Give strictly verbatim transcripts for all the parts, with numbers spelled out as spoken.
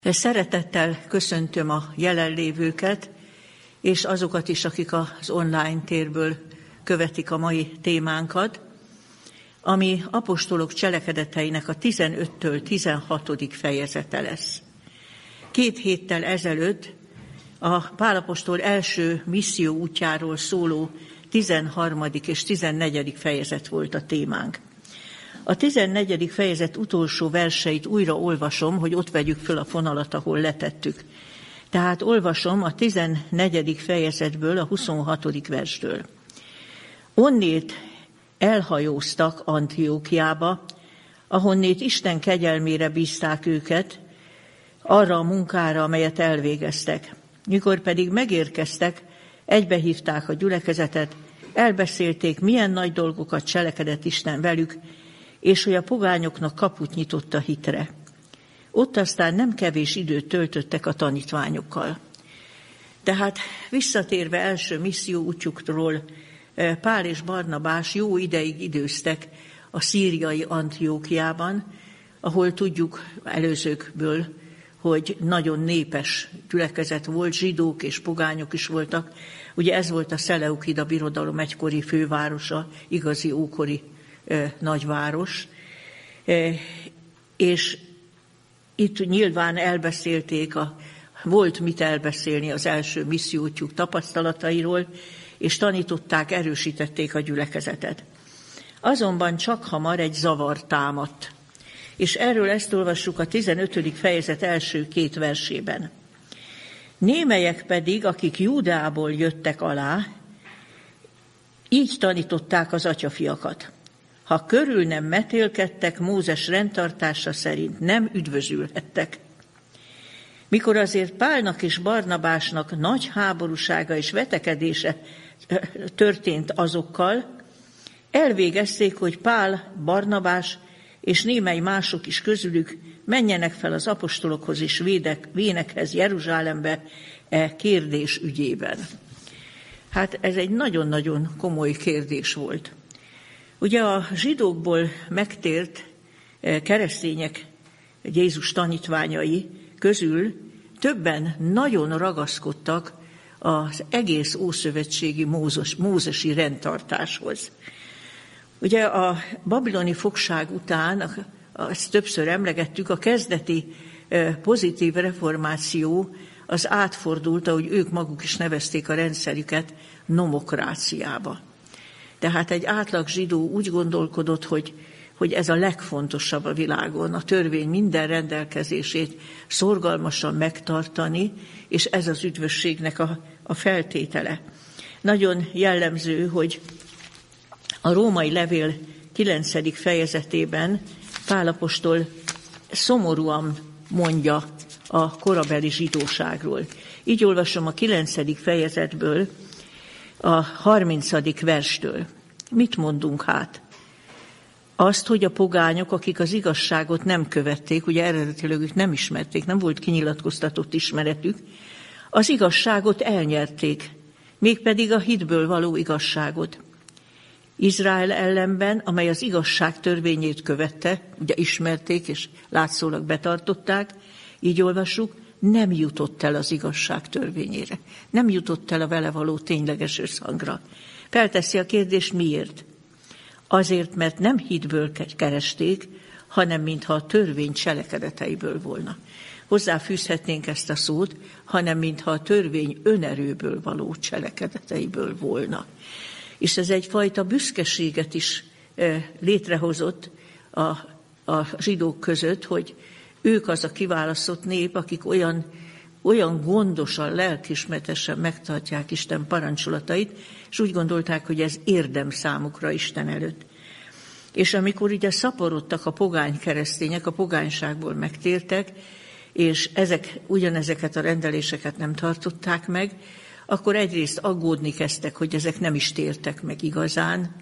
Szeretettel köszöntöm a jelenlévőket, és azokat is, akik az online térből követik a mai témánkat, ami apostolok cselekedeteinek a tizenöttől tizenhatodik fejezete lesz. Két héttel ezelőtt a Pál apostol első misszió útjáról szóló tizenharmadik és tizennegyedik fejezet volt a témánk. A tizennegyedik fejezet utolsó verseit újra olvasom, hogy ott vegyük föl a fonalat, ahol letettük. Tehát olvasom a tizennegyedik fejezetből, a huszonhatodik versről. Onnét elhajóztak Antiokiába, ahonnét Isten kegyelmére bízták őket, arra a munkára, amelyet elvégeztek. Mikor pedig megérkeztek, egybehívták a gyülekezetet, elbeszélték, milyen nagy dolgokat cselekedett Isten velük, és hogy a pogányoknak kaput nyitott a hitre. Ott aztán nem kevés időt töltöttek a tanítványokkal. Tehát visszatérve első misszió útjukról, Pál és Barnabás jó ideig időztek a szíriai Antiókiában, ahol tudjuk előzőkből, hogy nagyon népes gyülekezet volt, zsidók és pogányok is voltak. Ugye ez volt a Szeleukida birodalom egykori fővárosa, igazi ókori e, nagyváros. E, és itt nyilván elbeszélték, a, volt mit elbeszélni az első missziótjuk tapasztalatairól, és tanították, erősítették a gyülekezetet. Azonban csak hamar egy zavar támadt. És erről ezt olvassuk a tizenötödik fejezet első két versében. Némelyek pedig, akik Júdeából jöttek alá, így tanították az atyafiakat. Ha körül nem metélkedtek, Mózes rendtartása szerint nem üdvözülhettek. Mikor azért Pálnak és Barnabásnak nagy háborúsága és vetekedése történt azokkal, elvégezték, hogy Pál, Barnabás és némely mások is közülük menjenek fel az apostolokhoz és védek, vénekhez Jeruzsálembe e kérdés ügyében. Hát ez egy nagyon-nagyon komoly kérdés volt. Ugye a zsidókból megtért keresztények, Jézus tanítványai közül többen nagyon ragaszkodtak az egész ószövetségi mózes, mózesi rendtartáshoz. Ugye a babiloni fogság után, ezt többször emlegettük, a kezdeti pozitív reformáció az átfordult, ahogy ők maguk is nevezték a rendszerüket, nomokráciába. Tehát egy átlag zsidó úgy gondolkodott, hogy, hogy ez a legfontosabb a világon, a törvény minden rendelkezését szorgalmasan megtartani, és ez az üdvösségnek a, a feltétele. Nagyon jellemző, hogy a római levél kilencedik fejezetében Pál apostol szomorúan mondja a korabeli zsidóságról. Így olvasom a kilencedik fejezetből, a harmincadik verstől. Mit mondunk hát? Azt, hogy a pogányok, akik az igazságot nem követték, ugye eredetileg ők nem ismerték, nem volt kinyilatkoztatott ismeretük, az igazságot elnyerték, mégpedig a hitből való igazságot. Izrael ellenben, amely az igazság törvényét követte, ugye ismerték és látszólag betartották, így olvassuk, nem jutott el az igazság törvényére. Nem jutott el a vele való tényleges összhangra. Felteszi a kérdést, miért? Azért, mert nem hitből keresték, hanem mintha a törvény cselekedeteiből volna. Hozzáfűzhetnénk ezt a szót, hanem mintha a törvény önerőből való cselekedeteiből volna. És ez egyfajta büszkeséget is létrehozott a, a zsidók között, hogy ők az a kiválasztott nép, akik olyan, olyan gondosan, lelkismertesen megtartják Isten parancsolatait, és úgy gondolták, hogy ez érdem számukra Isten előtt. És amikor ugye szaporodtak a pogány keresztények, a pogányságból megtértek, és ezek, ugyanezeket a rendeléseket nem tartották meg, akkor egyrészt aggódni kezdtek, hogy ezek nem is tértek meg igazán,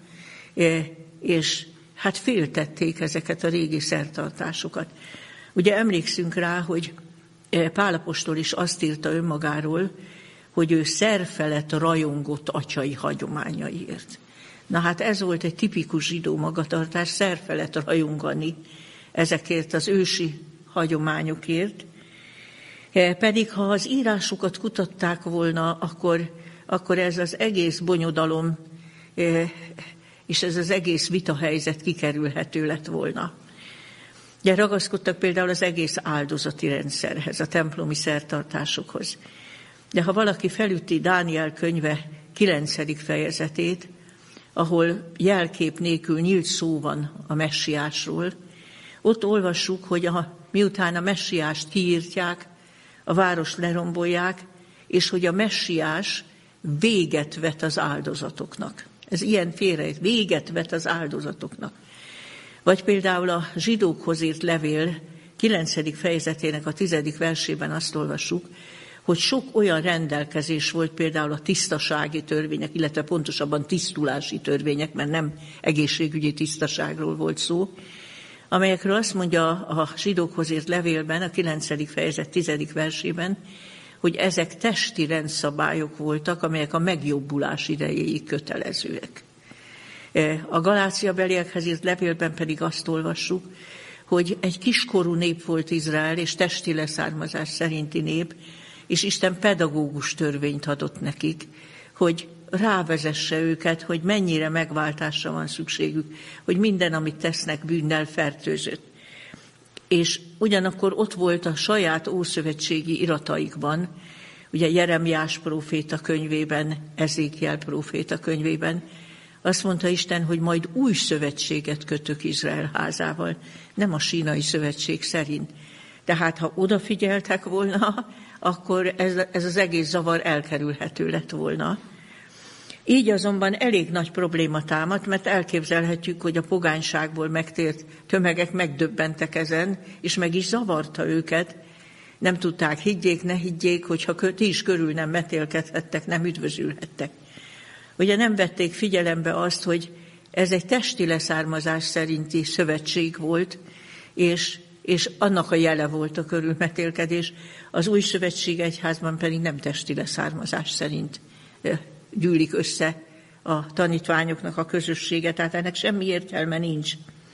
és hát féltették ezeket a régi szertartásokat. Ugye emlékszünk rá, hogy Pál apostol is azt írta önmagáról, hogy ő szerfelett rajongott atyai hagyományaiért. Na hát ez volt egy tipikus zsidó magatartás, szerfelett rajongani ezekért az ősi hagyományokért, Pedig ha az írásukat kutatták volna, akkor, akkor ez az egész bonyodalom és ez az egész vitahelyzet kikerülhető lett volna. Ugye ragaszkodtak például az egész áldozati rendszerhez, a templomi szertartásokhoz. De ha valaki felüti Dániel könyve kilencedik fejezetét, ahol jelkép nélkül nyílt szó van a messiásról, ott olvassuk, hogy a, miután a messiást kiírtják, a várost lerombolják, és hogy a messiás véget vet az áldozatoknak. Ez ilyen félrejt, véget vet az áldozatoknak. Vagy például a zsidókhoz írt levél kilencedik fejezetének a tizedik versében azt olvassuk, hogy sok olyan rendelkezés volt például a tisztasági törvények, illetve pontosabban tisztulási törvények, mert nem egészségügyi tisztaságról volt szó, amelyekről azt mondja a zsidókhoz írt levélben, a kilencedik fejezet tizedik versében, hogy ezek testi rendszabályok voltak, amelyek a megjobbulás idejéig kötelezőek. A galáciabeliekhez írt levélben pedig azt olvassuk, hogy egy kiskorú nép volt Izrael, és testi leszármazás szerinti nép, és Isten pedagógus törvényt adott nekik, hogy rávezesse őket, hogy mennyire megváltásra van szükségük, hogy minden, amit tesznek, bűnnel fertőzött. És ugyanakkor ott volt a saját ószövetségi irataikban, ugye Jeremiás próféta könyvében, Ezékiel próféta könyvében, azt mondta Isten, hogy majd új szövetséget kötök Izrael házával, nem a sínai szövetség szerint. Tehát ha odafigyeltek volna, akkor ez, ez az egész zavar elkerülhető lett volna. Így azonban elég nagy probléma támadt, mert elképzelhetjük, hogy a pogányságból megtért tömegek megdöbbentek ezen, és meg is zavarta őket. Nem tudták, higgyék, ne higgyék, hogyha ti is körül nem metélkedhettek, nem üdvözülhettek. Ugye nem vették figyelembe azt, hogy ez egy testi leszármazás szerinti szövetség volt, és, és annak a jele volt a körülmetélkedés. Az új szövetség egyházban pedig nem testi leszármazás szerint gyűlik össze a tanítványoknak a közössége, tehát ennek semmi értelme nincs.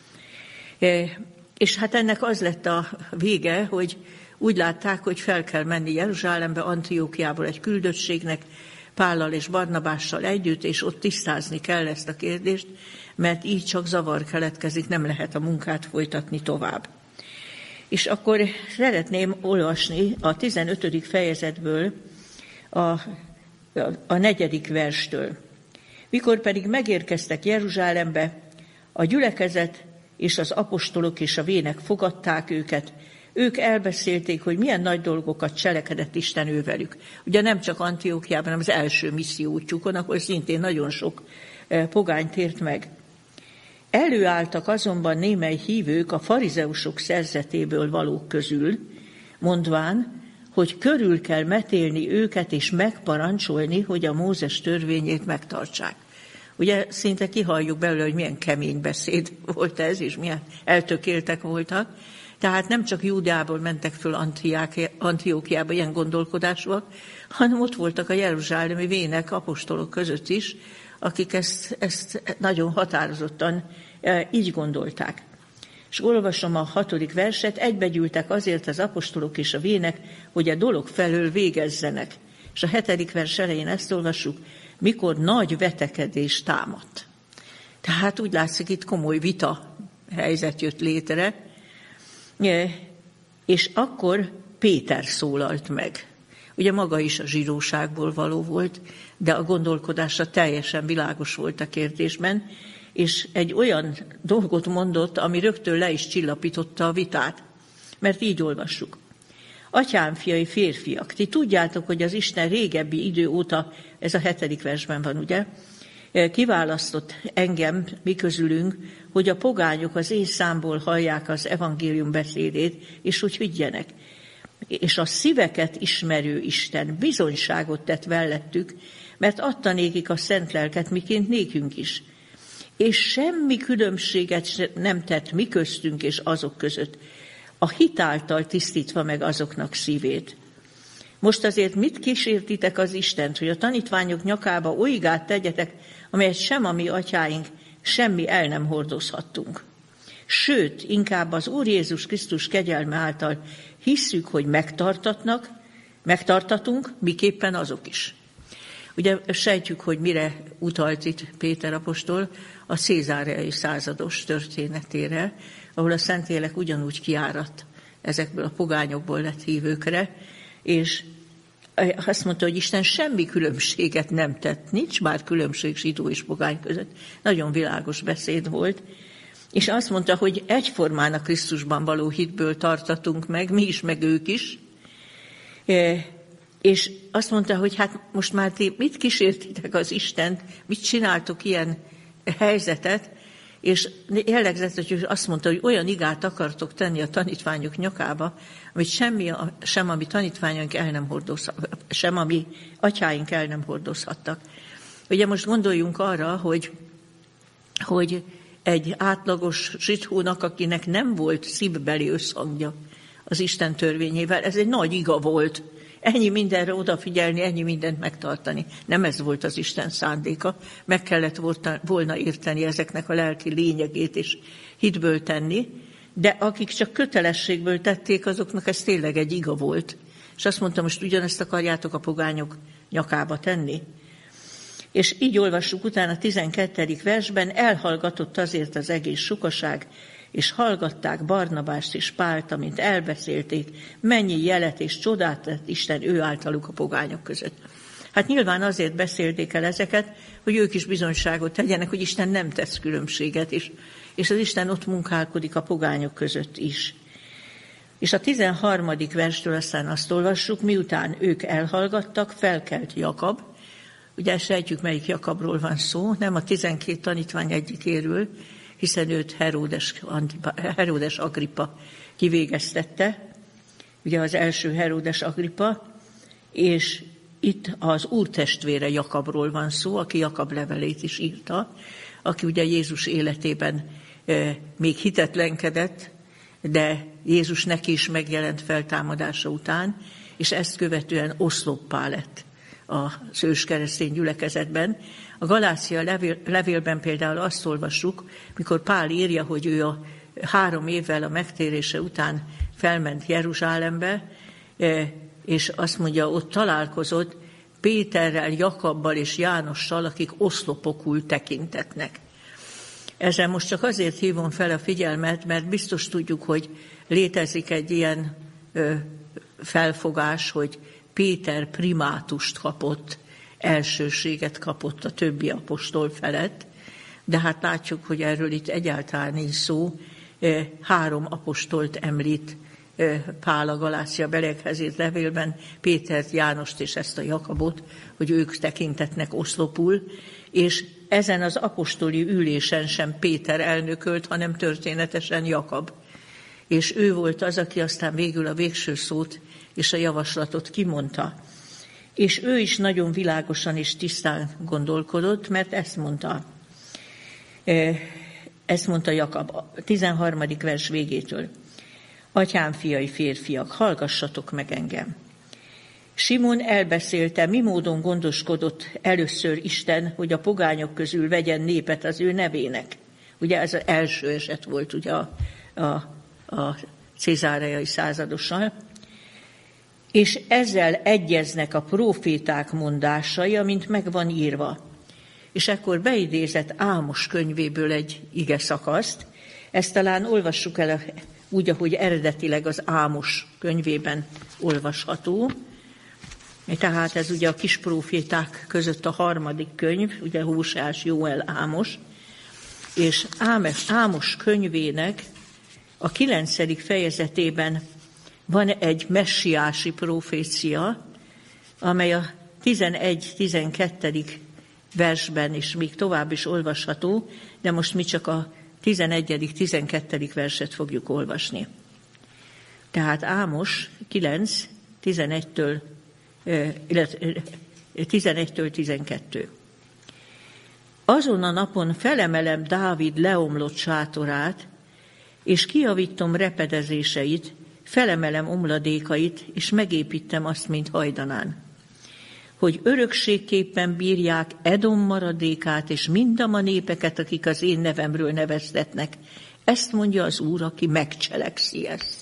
És hát ennek az lett a vége, hogy úgy látták, hogy fel kell menni Jeruzsálembe, Antiókiából egy küldöttségnek, Pállal és Barnabással együtt, és ott tisztázni kell ezt a kérdést, mert így csak zavar keletkezik, nem lehet a munkát folytatni tovább. És akkor szeretném olvasni a tizenötödik fejezetből a, a negyedik verstől. Mikor pedig megérkeztek Jeruzsálembe, a gyülekezet és az apostolok és a vének fogadták őket, ők elbeszélték, hogy milyen nagy dolgokat cselekedett Isten ővelük. Ugye nem csak Antiókiában, hanem az első misszió útjukon, ahol szintén nagyon sok pogány tért meg. Előálltak azonban némely hívők a farizeusok szerzetéből valók közül, mondván, hogy körül kell metélni őket és megparancsolni, hogy a Mózes törvényét megtartsák. Ugye szinte kihalljuk belőle, hogy milyen kemény beszéd volt ez, és milyen eltökéltek voltak. Tehát nem csak Júdeából mentek föl Antiókiába ilyen gondolkodásúak, hanem ott voltak a jeruzsálemi vének, apostolok között is, akik ezt, ezt nagyon határozottan e, így gondolták. És olvasom a hatodik verset, egybegyűltek azért az apostolok és a vének, hogy a dolog felől végezzenek. És a hetedik vers elején ezt olvassuk, mikor nagy vetekedés támadt. Tehát úgy látszik, itt komoly vita helyzet jött létre, és akkor Péter szólalt meg. Ugye maga is a zsidóságból való volt, de a gondolkodása teljesen világos volt a kérdésben, és egy olyan dolgot mondott, ami rögtön le is csillapította a vitát. Mert így olvassuk. Atyám fiai, férfiak, ti tudjátok, hogy az Isten régebbi idő óta, ez a hetedik versben van, ugye, kiválasztott engem, mi közülünk, hogy a pogányok az én számból hallják az evangélium beszédét, és hogy higgyenek. És a szíveket ismerő Isten bizonyságot tett vellettük, mert adta nékik a szent lelket, miként nékünk is. És semmi különbséget nem tett mi köztünk és azok között, a hit által tisztítva meg azoknak szívét. Most azért mit kísértitek az Istent, hogy a tanítványok nyakába olygát tegyetek, amelyet sem a mi atyáink, semmi el nem hordozhattunk. Sőt, inkább az Úr Jézus Krisztus kegyelme által hisszük, hogy megtartatnak, megtartatunk, miképpen azok is. Ugye sejtjük, hogy mire utalt itt Péter apostol, a cézáreai százados történetére, ahol a Szentlélek ugyanúgy kiáradt ezekből a pogányokból lett hívőkre, és azt mondta, hogy Isten semmi különbséget nem tett, nincs már különbség zsidó és pogány között. Nagyon világos beszéd volt, és azt mondta, hogy egyformán a Krisztusban való hitből tartatunk meg, mi is, meg ők is, és azt mondta, hogy hát most már ti mit kísértitek az Istent, mit csináltok ilyen helyzetet, és jellegzetes, hogy azt mondta, hogy olyan igát akartok tenni a tanítványok nyakába, amit semmi, sem a mi tanítványaink el nem hordozhattak, sem a mi atyáink el nem hordozhattak. Ugye most gondoljunk arra, hogy, hogy egy átlagos zsidónak, akinek nem volt szívbeli összhangja az Isten törvényével, ez egy nagy iga volt. Ennyi mindenre odafigyelni, ennyi mindent megtartani. Nem ez volt az Isten szándéka. Meg kellett volna érteni ezeknek a lelki lényegét és hitből tenni, de akik csak kötelességből tették, azoknak ez tényleg egy iga volt. És azt mondta, most ugyanezt akarjátok a pogányok nyakába tenni. És így olvassuk utána a tizenkettedik versben, elhallgatott azért az egész sokaság, és hallgatták Barnabást és Pált, amint elbeszélték, mennyi jelet és csodát tett Isten ő általuk a pogányok között. Hát nyilván azért beszélték el ezeket, hogy ők is bizonyságot tegyenek, hogy Isten nem tesz különbséget, és, és az Isten ott munkálkodik a pogányok között is. És a tizenharmadik verstől aztán azt olvassuk, miután ők elhallgattak, felkelt Jakab. Ugye sejtjük, melyik Jakabról van szó, nem a tizenkét tanítvány egyikéről, hiszen őt Heródes, Heródes Agrippa kivégeztette, ugye az első Heródes Agrippa, és itt az úrtestvére Jakabról van szó, aki Jakab levelét is írta, aki ugye Jézus életében e, még hitetlenkedett, de Jézus neki is megjelent feltámadása után, és ezt követően oszloppá lett az őskeresztény gyülekezetben. A Galácia levél, levélben például azt olvassuk, mikor Pál írja, hogy ő a három évvel a megtérése után felment Jeruzsálembe, és azt mondja, ott találkozott Péterrel, Jakabbal és Jánossal, akik oszlopokul tekintetnek. Ezzel most csak azért hívom fel a figyelmet, mert biztos tudjuk, hogy létezik egy ilyen felfogás, hogy Péter primátust kapott, elsőséget kapott a többi apostol felett, de hát látjuk, hogy erről itt egyáltalán nincs szó. Három apostolt említ Pál a Galácia beliekhez írt levélben, Pétert, Jánost és ezt a Jakabot, hogy ők tekintetnek oszlopul, és ezen az apostoli ülésen sem Péter elnökölt, hanem történetesen Jakab. És ő volt az, aki aztán végül a végső szót és a javaslatot kimondta. És ő is nagyon világosan és tisztán gondolkodott, mert ezt mondta, ezt mondta Jakab, a tizenharmadik vers végétől. Atyám, fiai, férfiak, hallgassatok meg engem. Simon elbeszélte, mi módon gondoskodott először Isten, hogy a pogányok közül vegyen népet az ő nevének. Ugye ez az első eset volt ugye a, a, a cézáreai századossal. És ezzel egyeznek a próféták mondásai, amint meg van írva. És ekkor beidézett Ámos könyvéből egy ige szakaszt. Ezt talán olvassuk el úgy, ahogy eredetileg az Ámos könyvében olvasható. Tehát ez ugye a kis próféták között a harmadik könyv, ugye Hóseás, Jóel, Ámos. És Ámos könyvének a kilencedik fejezetében van egy messiási profécia, amely a tizenegy-tizenkettedik versben is még tovább is olvasható, de most mi csak a tizenegyedik-tizenkettedik verset fogjuk olvasni. Tehát Ámos kilenc, tizenegytől, tizenegytől tizenkettő. Azon a napon felemelem Dávid leomlott sátorát, és kijavítom repedezéseit, felemelem omladékait, és megépítem azt, mint hajdanán. Hogy örökségképpen bírják Edom maradékát, és mindam a népeket, akik az én nevemről neveztetnek, Ezt mondja az Úr, aki megcselekszi ezt.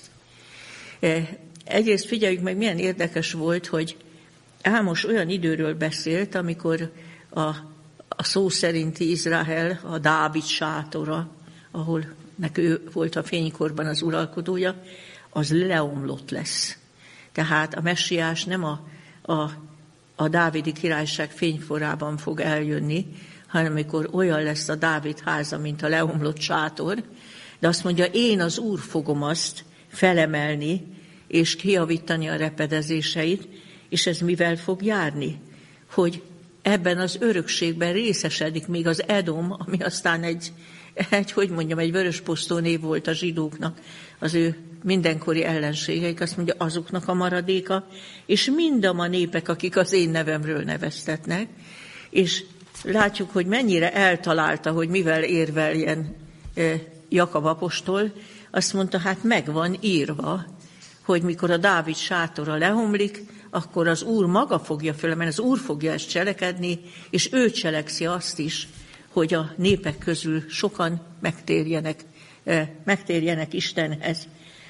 Egyrészt figyeljük meg, milyen érdekes volt, hogy Ámos olyan időről beszélt, amikor a, a szó szerinti Izrael, a Dávid sátora, ahol neki ő volt a fénykorban az uralkodója, az leomlott lesz. Tehát a messiás nem a, a, a dávidi királyság fényforában fog eljönni, hanem amikor olyan lesz a Dávid háza, mint a leomlott sátor, de azt mondja, én az Úr fogom azt felemelni, és kijavítani a repedezéseit, és ez mivel fog járni? Hogy ebben az örökségben részesedik még az Edom, ami aztán egy, egy hogy mondjam, egy vörösposztó név volt a zsidóknak, az ő mindenkori ellenségeik, azt mondja, azoknak a maradéka, és mind a népek, akik az én nevemről neveztetnek, és látjuk, hogy mennyire eltalálta, hogy mivel érveljen Jakab apostol, azt mondta, hát meg van írva, hogy mikor a Dávid sátora leomlik, akkor az Úr maga fogja fölemelni, az Úr fogja ezt cselekedni, és ő cselekszi azt is, hogy a népek közül sokan megtérjenek, megtérjenek Istenhez.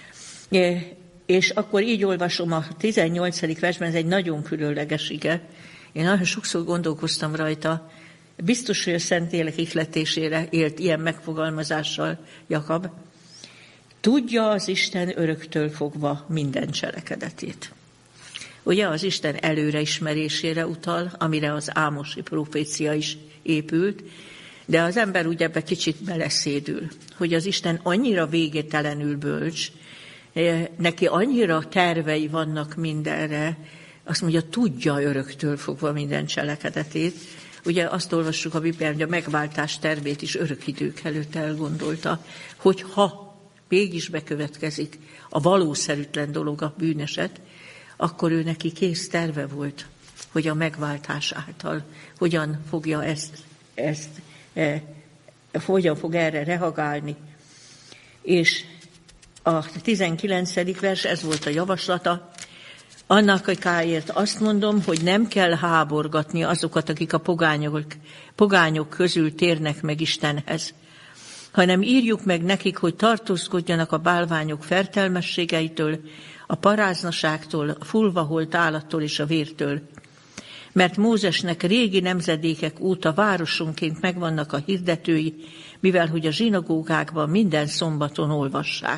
És akkor így olvasom a tizennyolcadik versben, ez egy nagyon különleges ige. Én nagyon sokszor gondolkoztam rajta, biztos, hogy a Szentlélek ihletésére élt ilyen megfogalmazással Jakab. Tudja az Isten öröktől fogva minden cselekedetét. Ugye az Isten előreismerésére utal, amire az ámosi profécia is épült, de az ember úgy ebbe kicsit beleszédül, hogy az Isten annyira végételenül bölcs, neki annyira tervei vannak mindenre, azt mondja, tudja öröktől fogva minden cselekedetét. Ugye azt olvassuk a Bibliában, hogy a megváltás tervét is örök idők előtt elgondolta, hogy ha mégis bekövetkezik a valószerűtlen dolog, a bűneset, akkor ő neki kész terve volt, hogy a megváltás által hogyan fogja ezt, ezt e, hogyan fog erre reagálni. És a tizenkilencedik vers, ez volt a javaslata, annak a káért azt mondom, hogy nem kell háborgatni azokat, akik a pogányok, pogányok közül térnek meg Istenhez, hanem írjuk meg nekik, hogy tartózkodjanak a bálványok fertelmességeitől, a paráznaságtól, a fulvaholt állattól és a vértől. Mert Mózesnek régi nemzedékek óta városonként megvannak a hirdetői, mivel hogy a zsinagógákban minden szombaton olvassák.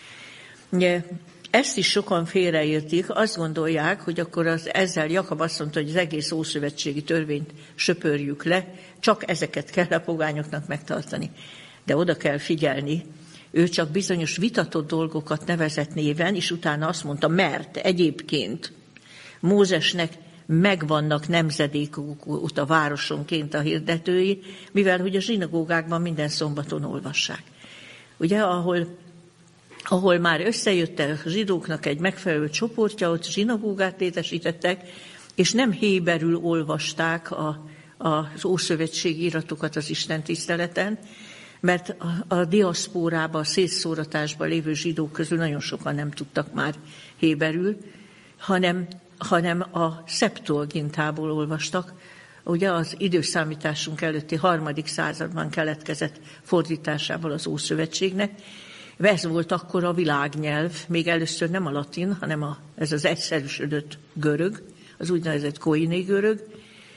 Ezt is sokan félreértik, azt gondolják, hogy akkor az, ezzel Jakab azt mondta, hogy az egész ószövetségi törvényt söpörjük le, csak ezeket kell a pogányoknak megtartani. De oda kell figyelni, ő csak bizonyos vitatott dolgokat nevezett néven, és utána azt mondta, mert egyébként Mózesnek megvannak nemzedékok óta városonként a hirdetői, mivel hogy a zsinagógákban minden szombaton olvassák. Ugye, ahol, ahol már összejött a zsidóknak egy megfelelő csoportja, ott zsinagógát létesítettek, és nem héberül olvasták a, az ószövetségi iratokat az Isten tiszteleten, mert a, a diaszpórában, a szétszóratásban lévő zsidók közül nagyon sokan nem tudtak már héberül, hanem, hanem a Szeptuagintából olvastak. Ugye az időszámításunk előtti harmadik században keletkezett fordításából az Ószövetségnek. Ez volt akkor a világnyelv, még először nem a latin, hanem a, ez az egyszerűsödött görög, az úgynevezett koiné görög,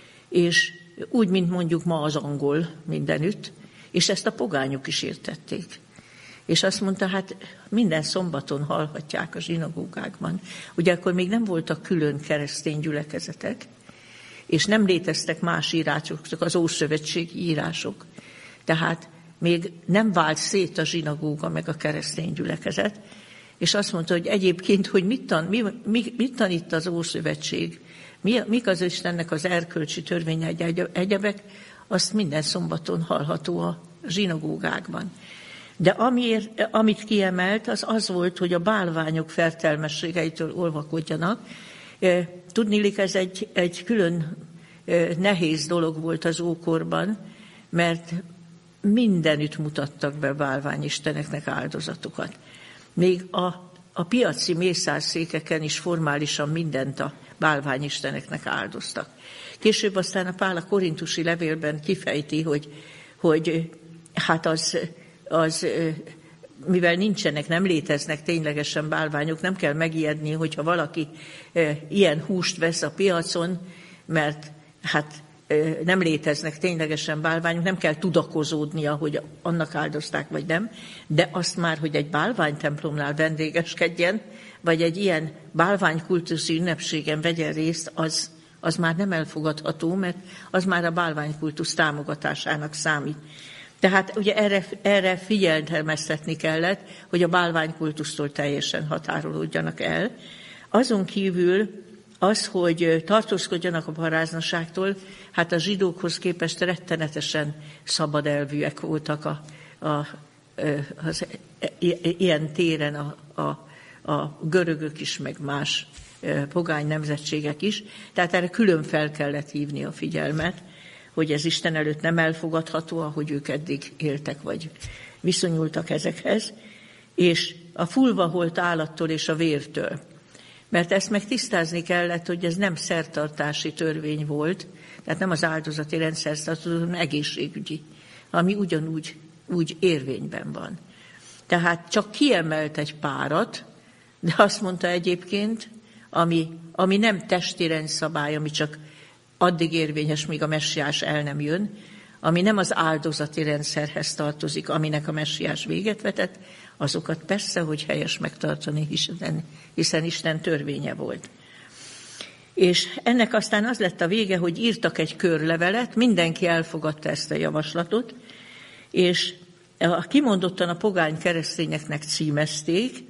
és úgy, mint mondjuk ma az angol mindenütt, és ezt a pogányok is értették. És azt mondta, hát minden szombaton hallhatják a zsinagógákban. Ugye akkor még nem voltak külön keresztény gyülekezetek, és nem léteztek más írások, csak az ószövetségi írások. Tehát még nem vált szét a zsinagóga meg a keresztény gyülekezet, és azt mondta, hogy egyébként, hogy mit, tan, mi, mi, mit tanít az Ószövetség, mi, mik az Istennek az erkölcsi törvénye egyebek, azt minden szombaton hallható a zsinagógákban. De amiért, amit kiemelt, az az volt, hogy a bálványok fertelmességeitől olvakodjanak. Tudniillik, ez egy, egy külön nehéz dolog volt az ókorban, mert mindenütt mutattak be bálványisteneknek áldozatokat. Még a, a piaci mészárszékeken is formálisan mindent a bálványisteneknek áldoztak. Később aztán a Pál a korintusi levélben kifejti, hogy, hogy hát az, az mivel nincsenek, nem léteznek ténylegesen bálványok, nem kell megijedni, hogyha valaki ilyen húst vesz a piacon, mert hát nem léteznek ténylegesen bálványok, nem kell tudakozódnia, hogy annak áldozták, vagy nem, de azt már, hogy egy bálványtemplomnál vendégeskedjen, vagy egy ilyen bálványkultuszi ünnepségen vegyen részt, az, az már nem elfogadható, mert az már a bálványkultusz támogatásának számít. Tehát ugye erre, erre figyelmeztetni kellett, hogy a bálványkultusztól teljesen határolódjanak el. Azon kívül az, hogy tartózkodjanak a paráznaságtól, hát a zsidókhoz képest rettenetesen szabad elvűek voltak a, a, az, ilyen téren a, a, a görögök is, meg más pogány nemzetségek is. Tehát erre külön fel kellett hívni a figyelmet, hogy ez Isten előtt nem elfogadható, ahogy ők eddig éltek, vagy viszonyultak ezekhez, és a fulvaholt állattól és a vértől. Mert ezt meg tisztázni kellett, hogy ez nem szertartási törvény volt, tehát nem az áldozati rendszer, hanem egészségügyi, ami ugyanúgy úgy érvényben van. Tehát csak kiemelt egy párat, de azt mondta egyébként, ami, ami nem testi rendszabály, ami csak addig érvényes, míg a messiás el nem jön, ami nem az áldozati rendszerhez tartozik, aminek a messiás véget vetett, azokat persze, hogy helyes megtartani, hiszen, hiszen Isten törvénye volt. És ennek aztán az lett a vége, hogy írtak egy körlevelet, mindenki elfogadta ezt a javaslatot, és kimondottan a pogány keresztényeknek címezték.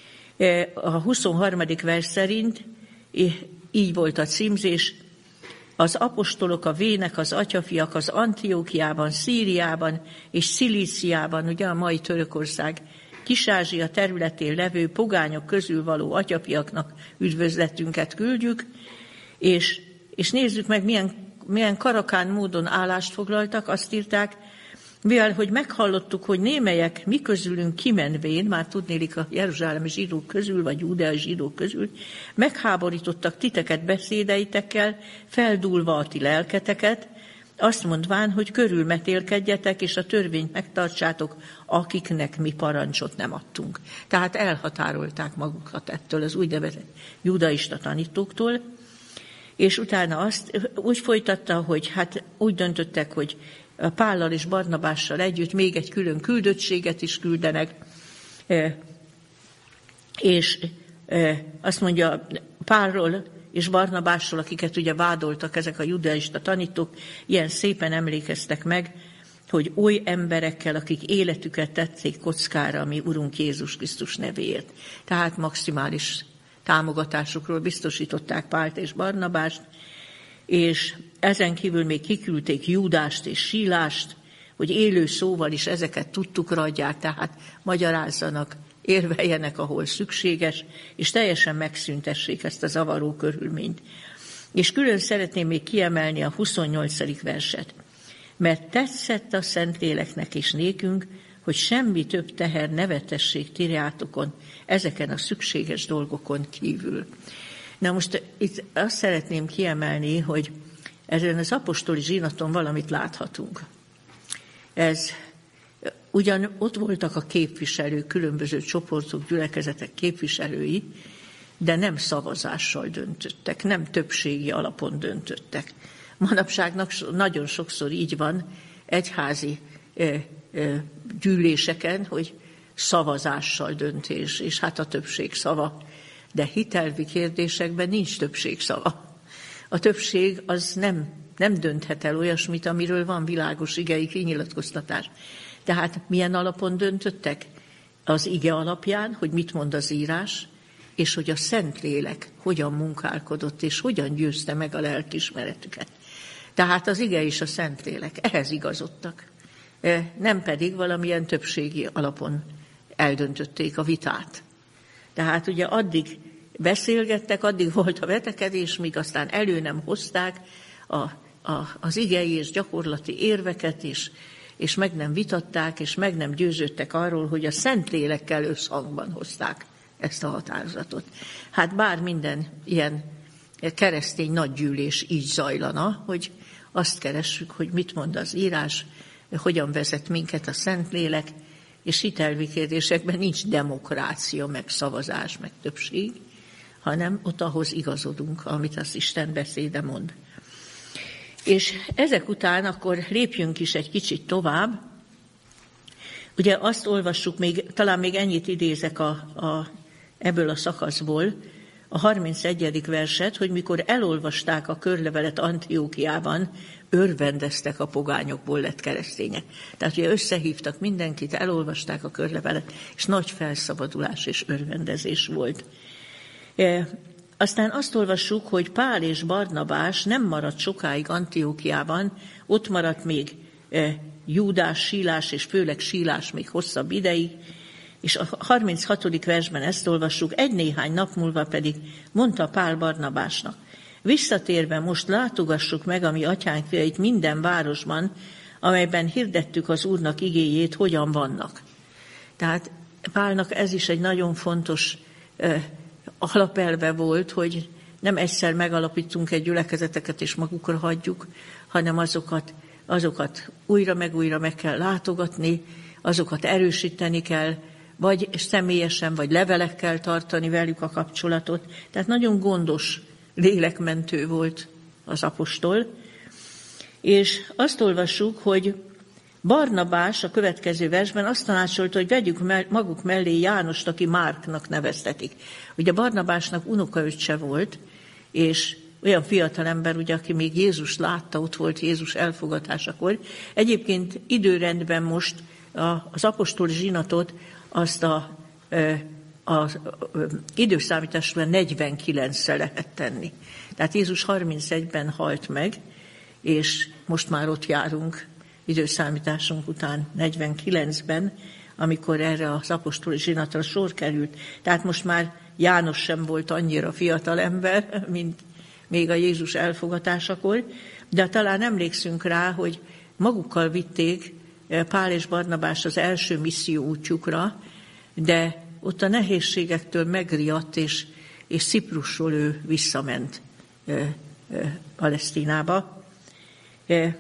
A huszonharmadik vers szerint így volt a címzés: az apostolok, a vének, az atyafiak az Antiókiában, Szíriában és Szilíciában, ugye a mai Törökország, Kis-Ázsia területén levő pogányok közül való atyafiaknak üdvözletünket küldjük, és, és nézzük meg, milyen, milyen karakán módon állást foglaltak, azt írták, mivel, hogy meghallottuk, hogy némelyek mi közülünk kimenvén, már tudnélik a jeruzsálemi zsidók közül, vagy júdeai zsidók közül, megháborítottak titeket beszédeitekkel, feldúlva a ti lelketeket, azt mondván, hogy körülmetélkedjetek, és a törvényt megtartsátok, akiknek mi parancsot nem adtunk. Tehát elhatárolták magukat ettől az úgynevezett judaista tanítóktól, és utána azt úgy folytatta, hogy hát úgy döntöttek, hogy Pállal és Barnabással együtt még egy külön küldöttséget is küldenek, és azt mondja, Pálról és Barnabásról, akiket ugye vádoltak ezek a judaista tanítók, ilyen szépen emlékeztek meg, hogy oly emberekkel, akik életüket tették kockára a mi Urunk Jézus Krisztus nevéért. Tehát maximális támogatásukról biztosították Pált és Barnabást, és ezen kívül még kiküldték Júdást és Sílást, hogy élő szóval is ezeket tudtukra adják, tehát magyarázzanak, érveljenek, ahol szükséges, és teljesen megszüntessék ezt a zavaró körülményt. És külön szeretném még kiemelni a huszonnyolcadik verset. Mert tetszett a Szentléleknek és nékünk, hogy semmi több teher ne vetessék tirjátokon, ezeken a szükséges dolgokon kívül. Na most itt azt szeretném kiemelni, hogy ezen az apostoli zsinaton valamit láthatunk. Ez ugyan ott voltak a képviselők, különböző csoportok, gyülekezetek képviselői, de nem szavazással döntöttek, nem többségi alapon döntöttek. Manapságnak nagyon sokszor így van egyházi gyűléseken, hogy szavazással döntés, és hát a többség szava. De hitelvi kérdésekben nincs többség szava. A többség az nem, nem dönthet el olyasmit, amiről van világos igei kinyilatkoztatás. Tehát milyen alapon döntöttek? Az ige alapján, hogy mit mond az írás, és hogy a Szentlélek hogyan munkálkodott, és hogyan győzte meg a lelkiismeretüket. Tehát az ige és a Szentlélek ehhez igazodtak. Nem pedig valamilyen többségi alapon eldöntötték a vitát. Tehát ugye addig beszélgettek, addig volt a vetekedés, míg aztán elő nem hozták a, a, az igei és gyakorlati érveket, és, és meg nem vitatták, és meg nem győződtek arról, hogy a Szentlélekkel összhangban hozták ezt a határozatot. Hát bár minden ilyen keresztény nagygyűlés így zajlana, hogy azt keressük, hogy mit mond az írás, hogyan vezet minket a Szentlélek, és hitelvi kérdésekben nincs demokrácia, meg szavazás, meg többség, hanem ott ahhoz igazodunk, amit az Isten beszéde mond. És ezek után akkor lépjünk is egy kicsit tovább. Ugye azt olvassuk, még, talán még ennyit idézek a, a, ebből a szakaszból, a harmincegyedik verset, hogy mikor elolvasták a körlevelet Antiókiában, örvendeztek, a pogányokból lett keresztények. Tehát ugye összehívtak mindenkit, elolvasták a körlevelet, és nagy felszabadulás és örvendezés volt. E, aztán azt olvassuk, hogy Pál és Barnabás nem maradt sokáig Antiókiában, ott maradt még e, Júdás, Sílás, és főleg Sílás még hosszabb ideig, és a harminchatodik versben ezt olvassuk, egy néhány nap múlva pedig mondta Pál Barnabásnak, visszatérve most látogassuk meg a mi atyánk fiait minden városban, amelyben hirdettük az Úrnak igéjét, hogyan vannak. Tehát Pálnak ez is egy nagyon fontos eh, alapelve volt, hogy nem egyszer megalapítunk egy gyülekezeteket és magukra hagyjuk, hanem azokat, azokat újra meg újra meg kell látogatni, azokat erősíteni kell, vagy személyesen, vagy levelekkel tartani velük a kapcsolatot. Tehát nagyon gondos, lélekmentő volt az apostol. És azt olvassuk, hogy Barnabás a következő versben azt tanácsolta, hogy vegyük maguk mellé Jánost, aki Márknak neveztetik. Ugye Barnabásnak unokaöccse volt, és olyan fiatalember, ugye, aki még Jézus látta, ott volt Jézus elfogadásakor. Egyébként időrendben most az apostoli zsinatot azt a, a, a, a időszámításban negyvenkilenccel lehet tenni. Tehát Jézus harmincegyben halt meg, és most már ott járunk időszámításunk után negyvenkilencben, amikor erre az apostoli zsinatra sor került. Tehát most már János sem volt annyira fiatal ember, mint még a Jézus elfogadásakor, de talán emlékszünk rá, hogy magukkal vitték Pál és Barnabás az első misszió útjukra, de ott a nehézségektől megriadt, és, és Ciprusról ő visszament e, e, Palesztinába. E,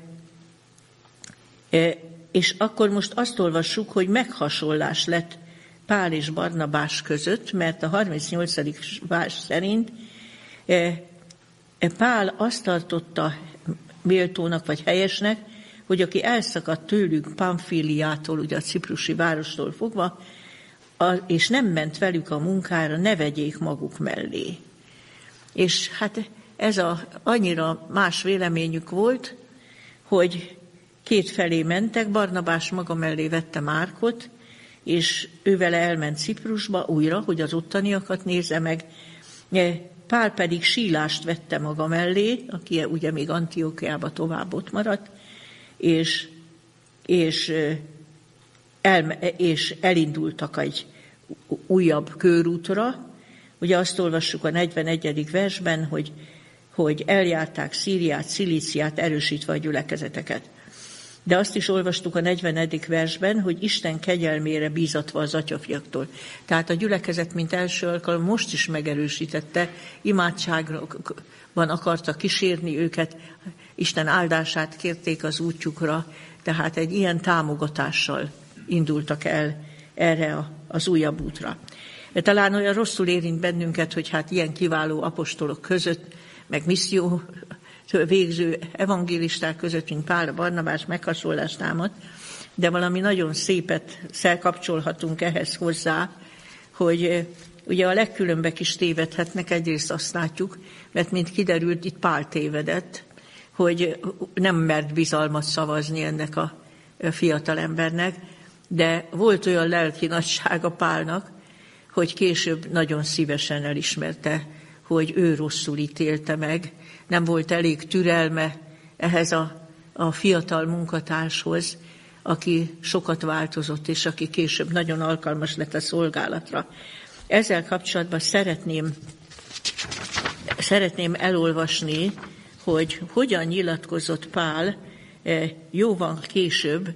e, és akkor most azt olvassuk, hogy meghasonlás lett Pál és Barnabás között, mert a harmincnyolcadik vers szerint e, e, Pál azt tartotta méltónak vagy helyesnek, hogy aki elszakadt tőlük Pamfiliától, ugye a ciprusi várostól fogva, és nem ment velük a munkára, ne vegyék maguk mellé. És hát ez a, annyira más véleményük volt, hogy két felé mentek, Barnabás maga mellé vette Márkot, és ő vele elment Ciprusba újra, hogy az ottaniakat nézze meg. Pál pedig Sílást vette maga mellé, aki ugye még Antiókiába tovább ott maradt, és, és, el, és elindultak egy újabb körútra. Ugye azt olvassuk a negyvenegyedik versben, hogy, hogy eljárták Szíriát, Cilíciát, erősítve a gyülekezeteket. De azt is olvastuk a negyvenedik versben, hogy Isten kegyelmére bízatva az atyafiaktól. Tehát a gyülekezet, mint első alkalom, most is megerősítette, imádságban akarta kísérni őket, Isten áldását kérték az útjukra, tehát egy ilyen támogatással indultak el erre az újabb útra. Talán olyan rosszul érint bennünket, hogy hát ilyen kiváló apostolok között, meg misszió végző evangélisták között, mint Pál, Barnabás meghasonlást támad, de valami nagyon szépet szelkapcsolhatunk ehhez hozzá, hogy ugye a legkülönbek is tévedhetnek, egyrészt azt látjuk, mert mint kiderült, itt Pál tévedett, hogy nem mert bizalmat szavazni ennek a fiatal embernek, de volt olyan lelki nagysága Pálnak, hogy később nagyon szívesen elismerte, hogy ő rosszul ítélte meg, nem volt elég türelme ehhez a, a fiatal munkatárshoz, aki sokat változott, és aki később nagyon alkalmas lett a szolgálatra. Ezzel kapcsolatban szeretném, szeretném elolvasni, hogy hogyan nyilatkozott Pál jóval később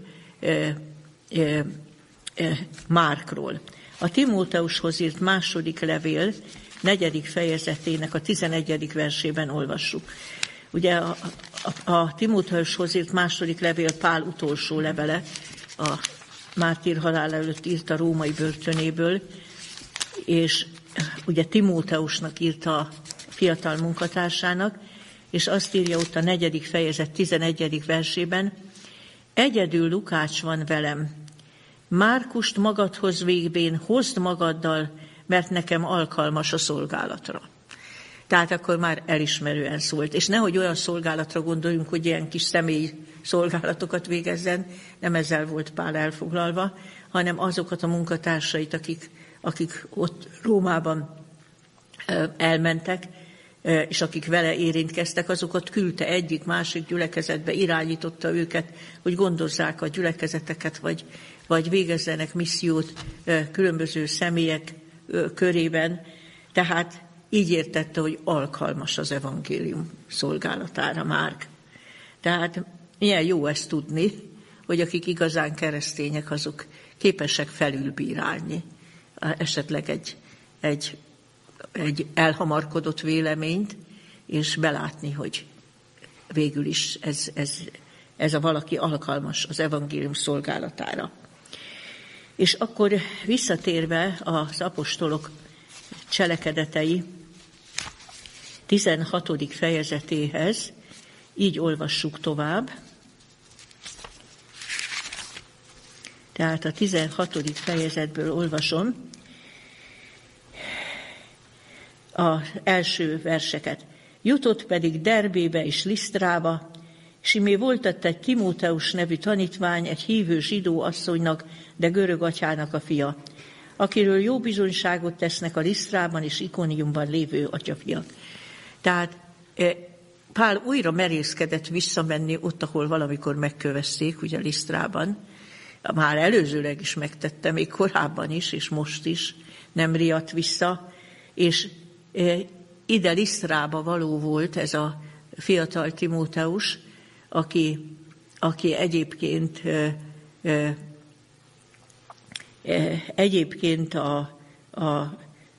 Márkról. A Timóteushoz írt második levél negyedik fejezetének a tizenegyedik versében olvassuk. Ugye a, a, a Timóteushoz írt második levél Pál utolsó levele a mártír halála előtt írt a római börtönéből, és ugye Timóteusnak írta a fiatal munkatársának, és azt írja ott a negyedik fejezet tizenegyedik versében: egyedül Lukács van velem, Márkust magadhoz végvén hozd magaddal, mert nekem alkalmas a szolgálatra. Tehát akkor már elismerően szólt. És nehogy olyan szolgálatra gondoljunk, hogy ilyen kis személyi szolgálatokat végezzen, nem ezzel volt Pál elfoglalva, hanem azokat a munkatársait, akik, akik ott Rómában elmentek, és akik vele érintkeztek, azokat küldte egyik, másik gyülekezetbe, irányította őket, hogy gondozzák a gyülekezeteket, vagy, vagy végezzenek missziót különböző személyek körében. Tehát így értette, hogy alkalmas az evangélium szolgálatára Márk. Tehát milyen jó ezt tudni, hogy akik igazán keresztények, azok képesek felülbírálni esetleg egy, egy, egy elhamarkodott véleményt, és belátni, hogy végül is ez, ez, ez a valaki alkalmas az evangélium szolgálatára. És akkor visszatérve az apostolok cselekedetei tizenhatodik fejezetéhez, így olvassuk tovább. Tehát a tizenhatodik fejezetből olvasom az első verseket. Jutott pedig Derbébe és Lisztrába, és imé volt ott egy Timóteus nevű tanítvány, egy hívő zsidó asszonynak, de görög atyának a fia, akiről jó bizonyságot tesznek a Lisztrában és Ikoniumban lévő atyafiak. Tehát Pál újra merészkedett visszamenni ott, ahol valamikor megkövezték, ugye Lisztrában. Már előzőleg is megtette, még korábban is, és most is nem riadt vissza. És ide Lisztrába való volt ez a fiatal Timóteus, aki, aki egyébként, egyébként a, a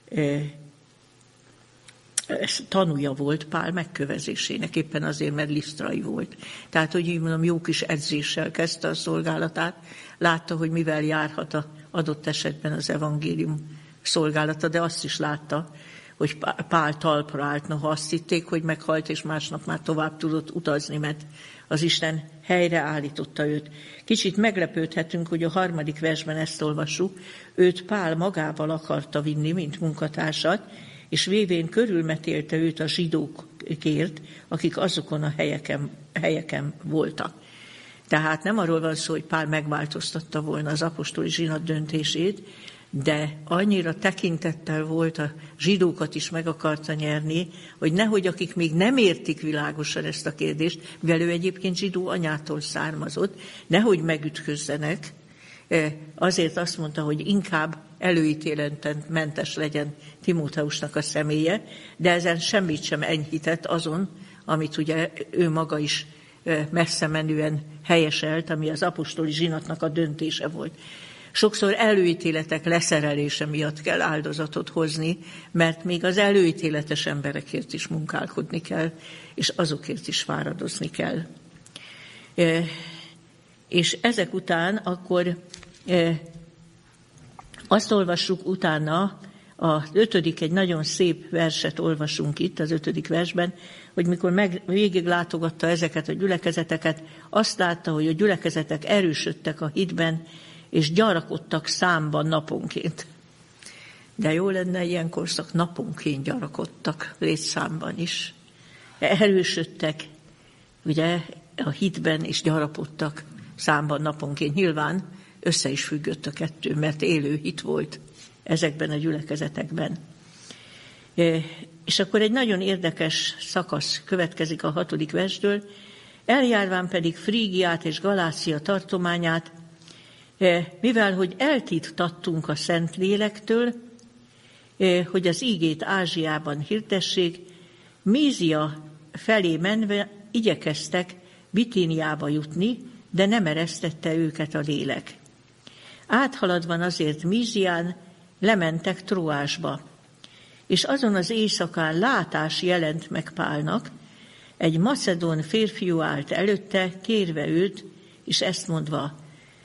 tanúja volt Pál megkövezésének, éppen azért, mert lisztrai volt. Tehát, hogy így mondom, jó kis edzéssel kezdte a szolgálatát, látta, hogy mivel járhat az adott esetben az evangélium szolgálata, de azt is látta, hogy Pál talpra állt, noha azt hitték, hogy meghalt, és másnap már tovább tudott utazni, mert az Isten helyreállította őt. Kicsit meglepődhetünk, hogy a harmadik versben ezt olvassuk, őt Pál magával akarta vinni, mint munkatársat, és vévén körülmetélte őt a zsidókért, akik azokon a helyeken, helyeken voltak. Tehát nem arról van szó, hogy Pál megváltoztatta volna az apostoli zsinat döntését, de annyira tekintettel volt, a zsidókat is meg akarta nyerni, hogy nehogy akik még nem értik világosan ezt a kérdést, mivel ő egyébként zsidó anyától származott, nehogy megütközzenek, azért azt mondta, hogy inkább előítéleten mentes legyen Timóteusnak a személye, de ezen semmit sem enyhített azon, amit ugye ő maga is messze menően helyeselt, ami az apostoli zsinatnak a döntése volt. Sokszor előítéletek leszerelése miatt kell áldozatot hozni, mert még az előítéletes emberekért is munkálkodni kell, és azokért is fáradozni kell. És ezek után akkor azt olvassuk utána, az ötödik, egy nagyon szép verset olvasunk itt, az ötödik versben, hogy mikor meg, végig látogatta ezeket a gyülekezeteket, azt látta, hogy a gyülekezetek erősödtek a hitben, és gyarakodtak számban naponként. De jó lenne ilyen korszak, naponként gyarakodtak létszámban is. Erősödtek, ugye, a hitben, és gyarapodtak számban naponként. Nyilván össze is függött a kettő, mert élő hit volt ezekben a gyülekezetekben. És akkor egy nagyon érdekes szakasz következik a hatodik versből. Eljárván pedig Frígiát és Galácia tartományát, mivel hogy eltittattunk a Szentlélektől, hogy az ígét Ázsiában hirdessék, Mízia felé menve igyekeztek Bitíniába jutni, de nem eresztette őket a lélek. Áthaladvan azért Mízián lementek Troásba, és azon az éjszakán látás jelent meg Pálnak, egy macedón férfiú állt előtte, kérve őt, és ezt mondva,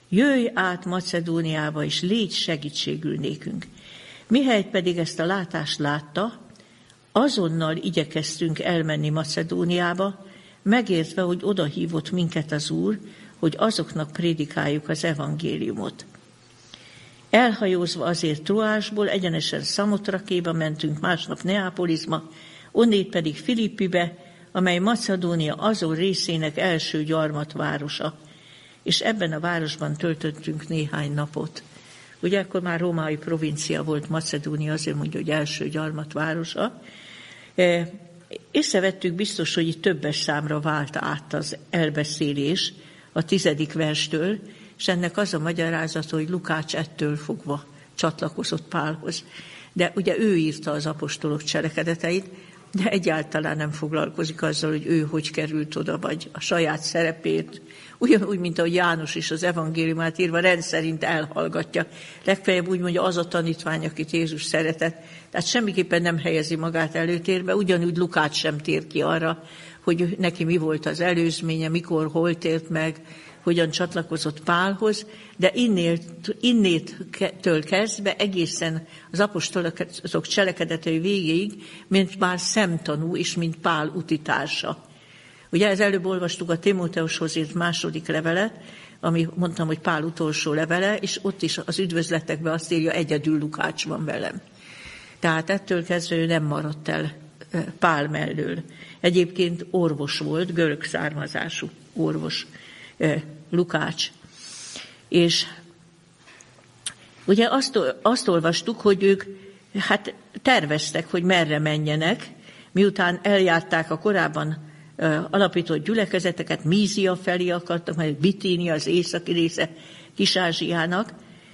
jöjj át Macedóniába, és légy segítségül nékünk. Mihelyt pedig ezt a látást látta, azonnal igyekeztünk elmenni Macedóniába, megértve, hogy odahívott minket az Úr, hogy azoknak prédikáljuk az evangéliumot. Elhajózva azért Troásból egyenesen Szamotrakéba mentünk, másnap Neápolisba, onnét pedig Filippibe, amely Macedónia azon részének első gyarmatvárosa, és ebben a városban töltöttünk néhány napot. Ugye akkor már római provincia volt Macedónia, azért mondja, hogy első gyarmatvárosa. Észrevettük biztos, hogy itt többes számra vált át az elbeszélés a tizedik verstől, és ennek az a magyarázata, hogy Lukács ettől fogva csatlakozott Pálhoz. De ugye ő írta az apostolok cselekedeteit, de egyáltalán nem foglalkozik azzal, hogy ő hogy került oda, vagy a saját szerepét. Ugyanúgy, mint ahogy János is az evangéliumát írva rendszerint elhallgatja. Legfeljebb úgy mondja, az a tanítvány, akit Jézus szeretett. Tehát semmiképpen nem helyezi magát előtérbe, ugyanúgy Lukács sem tér ki arra, hogy neki mi volt az előzménye, mikor, hol tért meg, hogyan csatlakozott Pálhoz, de innétől kezdve egészen az apostolok cselekedetei végéig, mint már szemtanú és mint Pál utitársa. Ugye ez előbb olvastuk a Timóteushoz írt második levelet, ami mondtam, hogy Pál utolsó levele, és ott is az üdvözletekben azt írja, egyedül Lukács van velem. Tehát ettől kezdve ő nem maradt el Pál mellől. Egyébként orvos volt, görög származású orvos Lukács. És ugye azt, azt olvastuk, hogy ők hát terveztek, hogy merre menjenek, miután eljárták a korábban alapított gyülekezeteket, Mízia felé akartak, majd Bitínia, az északi része Kis-Ázsiának,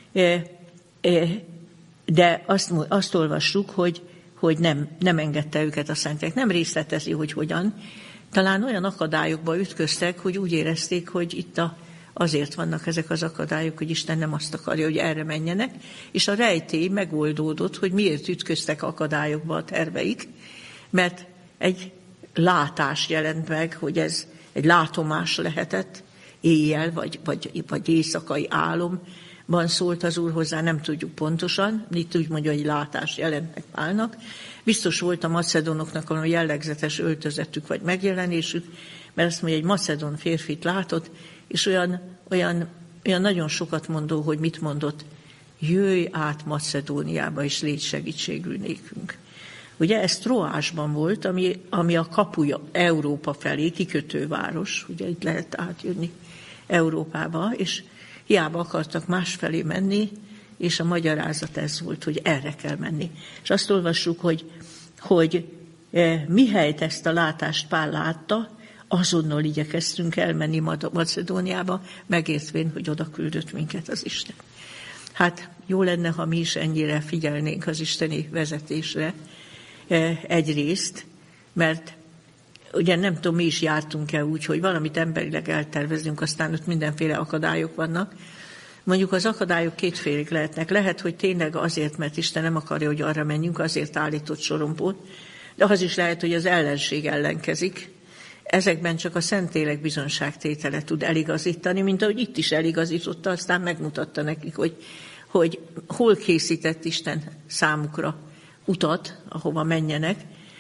de azt, azt olvassuk, hogy, hogy nem, nem engedte őket a Szentlélek. Nem részletezi, hogy hogyan. Talán olyan akadályokba ütköztek, hogy úgy érezték, hogy itt a, azért vannak ezek az akadályok, hogy Isten nem azt akarja, hogy erre menjenek, és a rejtély megoldódott, hogy miért ütköztek akadályokba a terveik, mert egy látás jelent meg, hogy ez egy látomás lehetett, éjjel, vagy, vagy, vagy éjszakai álomban szólt az Úr hozzá, nem tudjuk pontosan, itt úgy mondja, hogy látás jelent meg Pálnak. Biztos volt a macedónoknak a jellegzetes öltözetük vagy megjelenésük, mert azt mondja, egy macedón férfit látott, és olyan, olyan, olyan nagyon sokat mondó, hogy mit mondott, jöjj át Macedóniába, és légy segítségül nékünk. Ugye ez Troásban volt, ami, ami a kapuja Európa felé, kikötőváros, ugye itt lehet átjönni Európába, és hiába akartak másfelé menni, és a magyarázat ez volt, hogy erre kell menni. És azt olvassuk, hogy, hogy eh, mihelyt ezt a látást Pál látta, azonnal igyekeztünk elmenni Macedóniába, megértvén, hogy oda küldött minket az Isten. Hát jó lenne, ha mi is ennyire figyelnénk az isteni vezetésre, egyrészt, mert ugye nem tudom, mi is jártunk-e úgy, hogy valamit emberileg eltervezünk, aztán ott mindenféle akadályok vannak. Mondjuk az akadályok kétfélék lehetnek. Lehet, hogy tényleg azért, mert Isten nem akarja, hogy arra menjünk, azért állított sorompót, de az is lehet, hogy az ellenség ellenkezik. Ezekben csak a Szentlélek bizonságtétele tud eligazítani, mint ahogy itt is eligazította, aztán megmutatta nekik, hogy, hogy hol készített Isten számukra utat, ahova menjenek,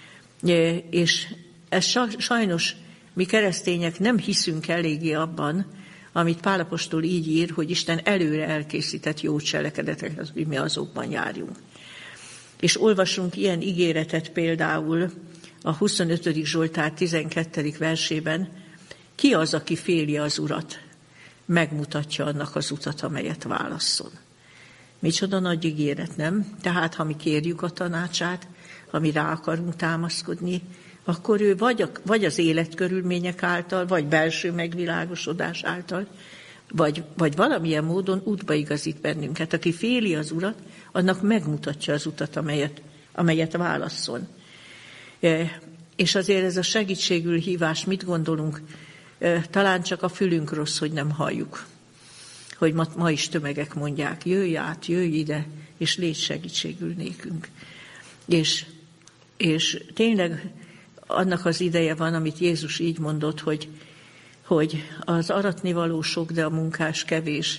és ez sajnos mi keresztények nem hiszünk eléggé abban, amit Pál apostol így ír, hogy Isten előre elkészített jó cselekedeteket, hogy mi azokban járjunk. És olvasunk ilyen ígéretet például a huszonötödik Zsoltár tizenkettedik versében, ki az, aki féli az Urat, megmutatja annak az utat, amelyet válasszon. Micsoda nagy ígéret, nem? Tehát, ha mi kérjük a tanácsát, ha mi rá akarunk támaszkodni, akkor ő vagy, a, vagy az életkörülmények által, vagy belső megvilágosodás által, vagy, vagy valamilyen módon útba igazít bennünket. Aki féli az Urat, annak megmutatja az utat, amelyet, amelyet válasszon. E, és azért ez a segítségül hívás, mit gondolunk? E, talán csak a fülünk rossz, hogy nem halljuk. Hogy ma, ma is tömegek mondják, jöjj át, jöjj ide, és légy segítségül nékünk. És, és tényleg annak az ideje van, amit Jézus így mondott, hogy, hogy az aratnivaló sok, de a munkás kevés.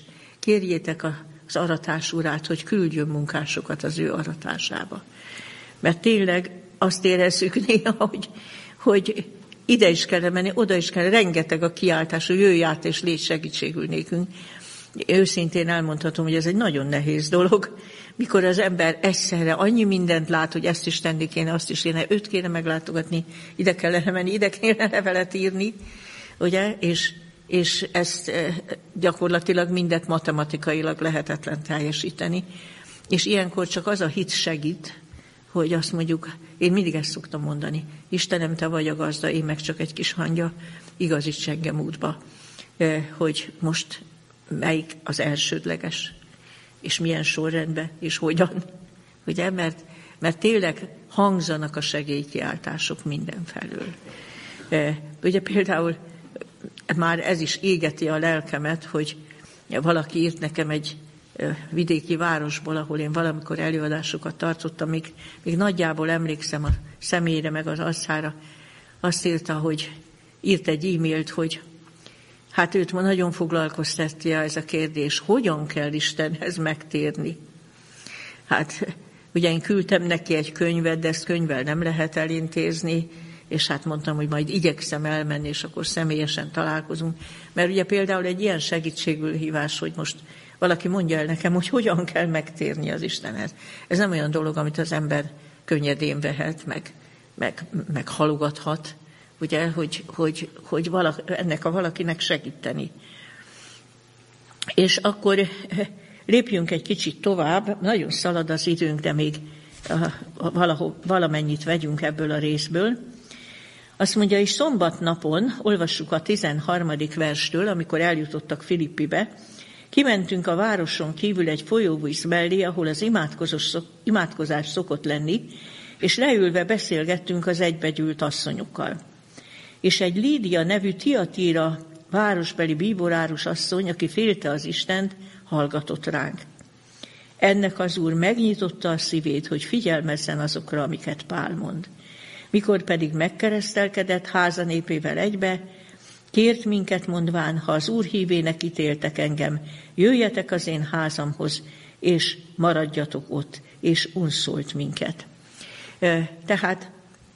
kérjétek az aratás urát, hogy küldjön munkásokat az ő aratásába. Mert tényleg azt érezzük néha, hogy, hogy ide is kell menni, oda is kell, rengeteg a kiáltás, hogy jöjj át és légy segítségül nékünk. Őszintén elmondhatom, hogy ez egy nagyon nehéz dolog, mikor az ember egyszerre annyi mindent lát, hogy ezt is tenni kéne, azt is kéne, őt kéne meglátogatni, ide kellene menni, ide kéne levelet írni, ugye, és, és ezt gyakorlatilag mindet matematikailag lehetetlen teljesíteni. És ilyenkor csak az a hit segít, hogy azt mondjuk, én mindig ezt szoktam mondani, Istenem, te vagy a gazda, én meg csak egy kis hangya, igazíts engem útba, hogy most melyik az elsődleges, és milyen sorrendben, és hogyan. Ugye, mert, mert tényleg hangzanak a segélykiáltások mindenfelől. Ugye például már ez is égeti a lelkemet, hogy valaki írt nekem egy vidéki városból, ahol én valamikor előadásokat tartottam, még, még nagyjából emlékszem a személyre, meg az arcára. Azt írta, hogy írt egy e-mailt, hogy hát őt ma nagyon foglalkoztatja ez a kérdés, hogyan kell Istenhez megtérni. Hát ugye én küldtem neki egy könyvet, de ezt könyvvel nem lehet elintézni, és hát mondtam, hogy majd igyekszem elmenni, és akkor személyesen találkozunk. Mert ugye például egy ilyen segítségül hívás, hogy most valaki mondja el nekem, hogy hogyan kell megtérni az Istenhez. Ez nem olyan dolog, amit az ember könnyedén vehet, meg, meg, meg halogathat, ugye, hogy, hogy, hogy valaki, ennek a valakinek segíteni. És akkor lépjünk egy kicsit tovább, nagyon szalad az időnk, de még valahol, valamennyit vegyünk ebből a részből. Azt mondja, és szombatnapon, olvassuk a tizenharmadik verstől, amikor eljutottak Filippibe, kimentünk a városon kívül egy folyóvíz mellé, ahol az imádkozás szokott lenni, és leülve beszélgettünk az egybegyűlt asszonyokkal. És egy Lídia nevű Tiatíra városbeli bíborárus asszony, aki félte az Istent, hallgatott ránk. Ennek az Úr megnyitotta a szívét, hogy figyelmezzen azokra, amiket Pál mond. Mikor pedig megkeresztelkedett háza népével egybe, kért minket mondván, ha az Úr hívének ítéltek engem, jöjjetek az én házamhoz, és maradjatok ott, és unszolt minket. Tehát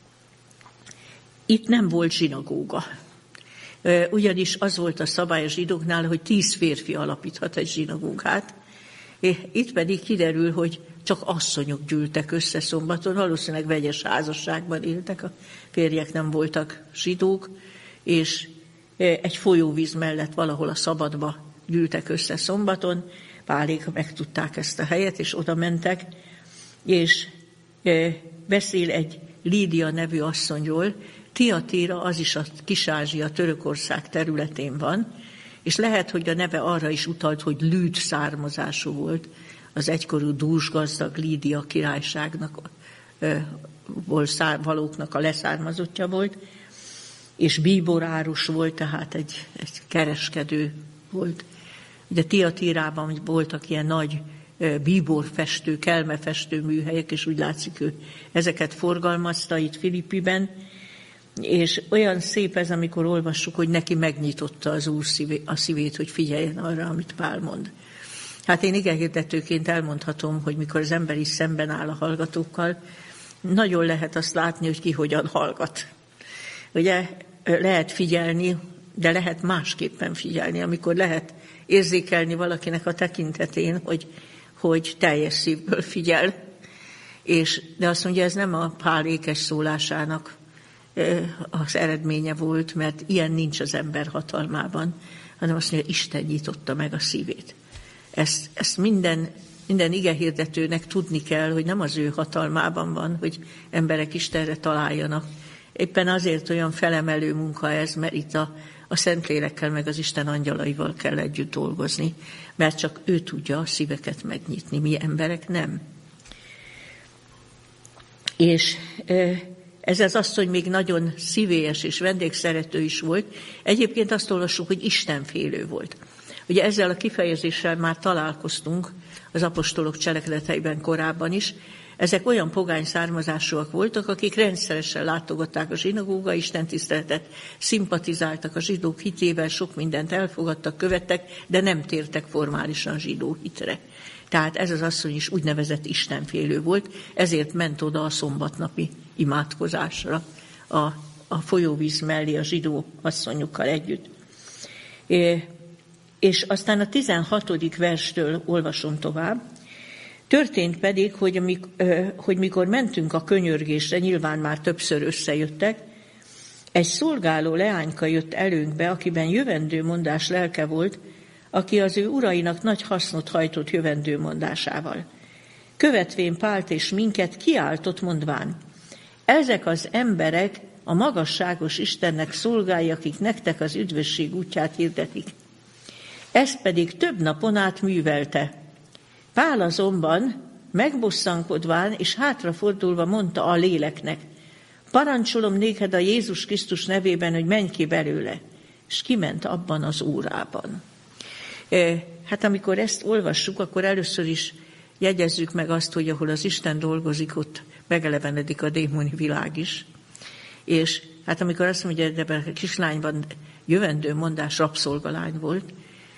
itt nem volt zsinagóga. Ugyanis az volt a szabály a zsidóknál, hogy tíz férfi alapíthat egy zsinagógát. Itt pedig kiderül, hogy csak asszonyok gyűltek össze szombaton, valószínűleg vegyes házasságban éltek, a férjek nem voltak zsidók, és egy folyóvíz mellett valahol a szabadba gyűltek össze szombaton. Pálék megtudták ezt a helyet, és oda mentek, és beszél egy Lídia nevű asszonyról. Tiatíra az is a Kis-Ázsia, Törökország területén van, és lehet, hogy a neve arra is utalt, hogy lűd származású volt, az egykorú dúsgazdag Lídia királyságnak valóknak a leszármazottja volt, és bíborárus volt, tehát egy, egy kereskedő volt. De Tiatírában voltak ilyen nagy bíborfestő, kelmefestő műhelyek, és úgy látszik, ő ezeket forgalmazta itt Filippiben, és olyan szép ez, amikor olvassuk, hogy neki megnyitotta az Úr szívé, a szívét, hogy figyeljen arra, amit Pál mond. Hát én igehirdetőként elmondhatom, hogy mikor az ember is szemben áll a hallgatókkal, nagyon lehet azt látni, hogy ki hogyan hallgat. Ugye lehet figyelni, de lehet másképpen figyelni, amikor lehet érzékelni valakinek a tekintetén, hogy, hogy teljes szívből figyel. És, de azt mondja, ez nem a Pál ékes szólásának az eredménye volt, mert ilyen nincs az ember hatalmában, hanem azt mondja, Isten nyitotta meg a szívét. Ezt, ezt minden, minden igehirdetőnek tudni kell, hogy nem az ő hatalmában van, hogy emberek Istenre találjanak. Éppen azért olyan felemelő munka ez, mert itt a, a Szentlélekkel meg az Isten angyalaival kell együtt dolgozni, mert csak ő tudja a szíveket megnyitni, mi emberek nem. És ez az asszony még nagyon szívélyes és vendégszerető is volt. Egyébként azt olvassuk, hogy istenfélő volt. Ugye ezzel a kifejezéssel már találkoztunk az apostolok cselekedeteiben korábban is. Ezek olyan pogány származásúak voltak, akik rendszeresen látogatták a zsinagóga istentiszteletet, szimpatizáltak a zsidók hitével, sok mindent elfogadtak, követtek, de nem tértek formálisan zsidó hitre. Tehát ez az asszony is úgynevezett istenfélő volt, ezért ment oda a szombatnapi imádkozásra a, a folyóvíz mellé a zsidó asszonyokkal együtt. É, és aztán a tizenhatodik verstől olvasom tovább. Történt pedig, hogy, amik, hogy mikor mentünk a könyörgésre, nyilván már többször összejöttek, egy szolgáló leányka jött előnkbe, akiben jövendőmondás lelke volt, aki az ő urainak nagy hasznot hajtott jövendőmondásával. Követvén Pált és minket kiáltott mondván, ezek az emberek a magasságos Istennek szolgái, akik nektek az üdvösség útját hirdetik. Ezt pedig több napon át művelte. Pál azonban megbosszankodván és hátrafordulva mondta a léleknek, parancsolom néked a Jézus Krisztus nevében, hogy menj ki belőle. És kiment abban az órában. Hát amikor ezt olvassuk, akkor először is jegyezzük meg azt, hogy ahol az Isten dolgozik, ott megelevenedik a démoni világ is. És hát amikor azt mondja, hogy ebben a kislányban jövendőmondás rabszolgalány volt,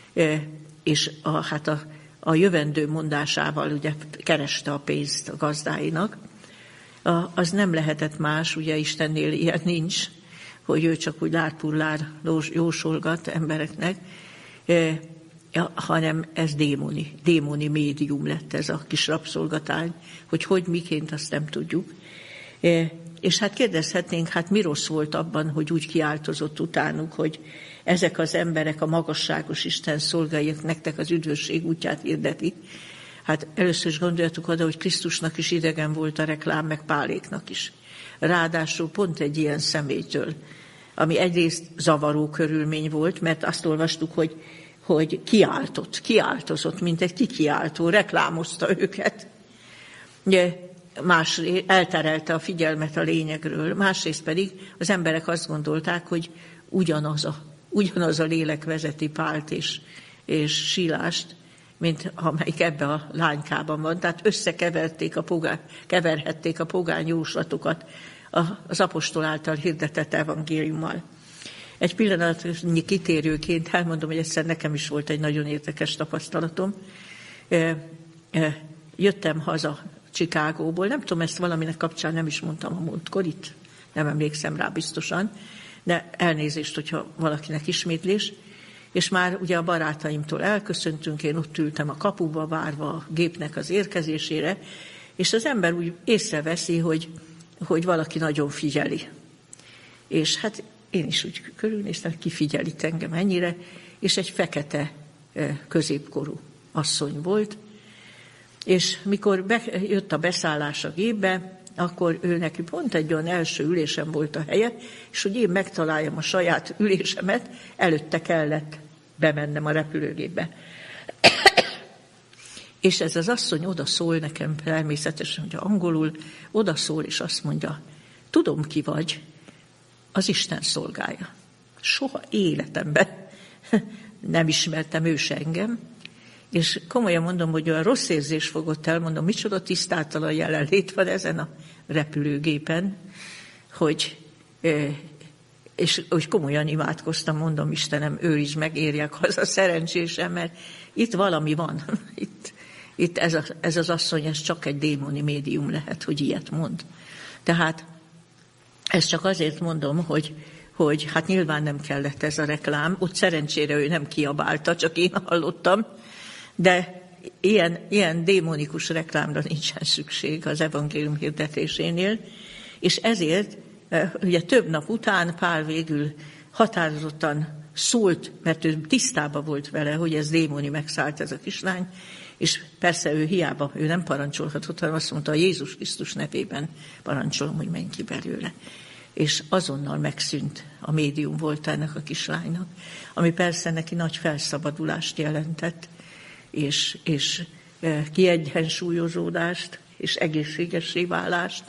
és a, hát a, a jövendőmondásával ugye kereste a pénzt a gazdáinak, a, az nem lehetett más, ugye Istennél ilyen nincs, hogy ő csak úgy lárpullár jósolgat embereknek, Ja, hanem ez démoni, démoni médium lett ez a kis rabszolgatány, hogy hogy miként, azt nem tudjuk. E, és hát kérdezhetnénk, hát mi rossz volt abban, hogy úgy kiáltozott utánuk, hogy ezek az emberek a magasságos Isten szolgái, nektek az üdvösség útját hirdetik. Hát először is gondoljatok oda, hogy Krisztusnak is idegen volt a reklám, meg Páléknak is. Ráadásul pont egy ilyen személytől, ami egyrészt zavaró körülmény volt, mert azt olvastuk, hogy hogy kiáltott, kiáltozott, mint egy kikiáltó, reklámozta őket. Más, elterelte a figyelmet a lényegről, másrészt pedig az emberek azt gondolták, hogy ugyanaz a, ugyanaz a lélek vezeti Pált és, és Sílást, mint amelyik ebbe a lánykában van. Tehát összekeverték a pogány, keverhették a pogány jóslatokat az apostol által hirdetett evangéliummal. Egy pillanatnyi kitérőként elmondom, hogy egyszer nekem is volt egy nagyon érdekes tapasztalatom. Jöttem haza Chicagóból, nem tudom, ezt valaminek kapcsán nem is mondtam a múltkor, itt nem emlékszem rá biztosan, de elnézést, hogyha valakinek ismétlés. És már ugye a barátaimtól elköszöntünk, én ott ültem a kapuba, várva a gépnek az érkezésére, és az ember úgy észreveszi, hogy, hogy valaki nagyon figyeli. És hát én is úgy körülnéztem, ki figyel engem ennyire, és egy fekete középkorú asszony volt, és mikor be, jött a beszállás a gépbe, akkor ő neki pont egy olyan első ülésem volt a helye, és hogy én megtaláljam a saját ülésemet, előtte kellett bemennem a repülőgépbe. És ez az asszony odaszól nekem, természetesen, hogy angolul, odaszól, és azt mondja, tudom, ki vagy, az Isten szolgája. Soha életemben nem ismertem ő se engem, és komolyan mondom, hogy olyan rossz érzés fogott el, mondom, micsoda tisztátalan jelenlét van ezen a repülőgépen, hogy, és hogy komolyan imádkoztam, mondom, Istenem, őrizd meg, érjek haza szerencsésen, mert itt valami van. Itt, itt ez, a, ez az asszony, ez csak egy démoni médium lehet, hogy ilyet mond. Tehát ezt csak azért mondom, hogy, hogy hát nyilván nem kellett ez a reklám, ott szerencsére ő nem kiabálta, csak én hallottam, de ilyen, ilyen démonikus reklámra nincsen szükség az evangélium hirdetésénél, és ezért ugye több nap után Pál végül határozottan szólt, mert ő tisztában volt vele, hogy ez démoni megszállt ez a kislány, és persze ő hiába, ő nem parancsolhatott, hanem azt mondta, a Jézus Krisztus nevében parancsolom, hogy menj ki belőle. És azonnal megszűnt a médium volt ennek a kislánynak, ami persze neki nagy felszabadulást jelentett, és, és kiegyensúlyozódást, és egészségessé válást.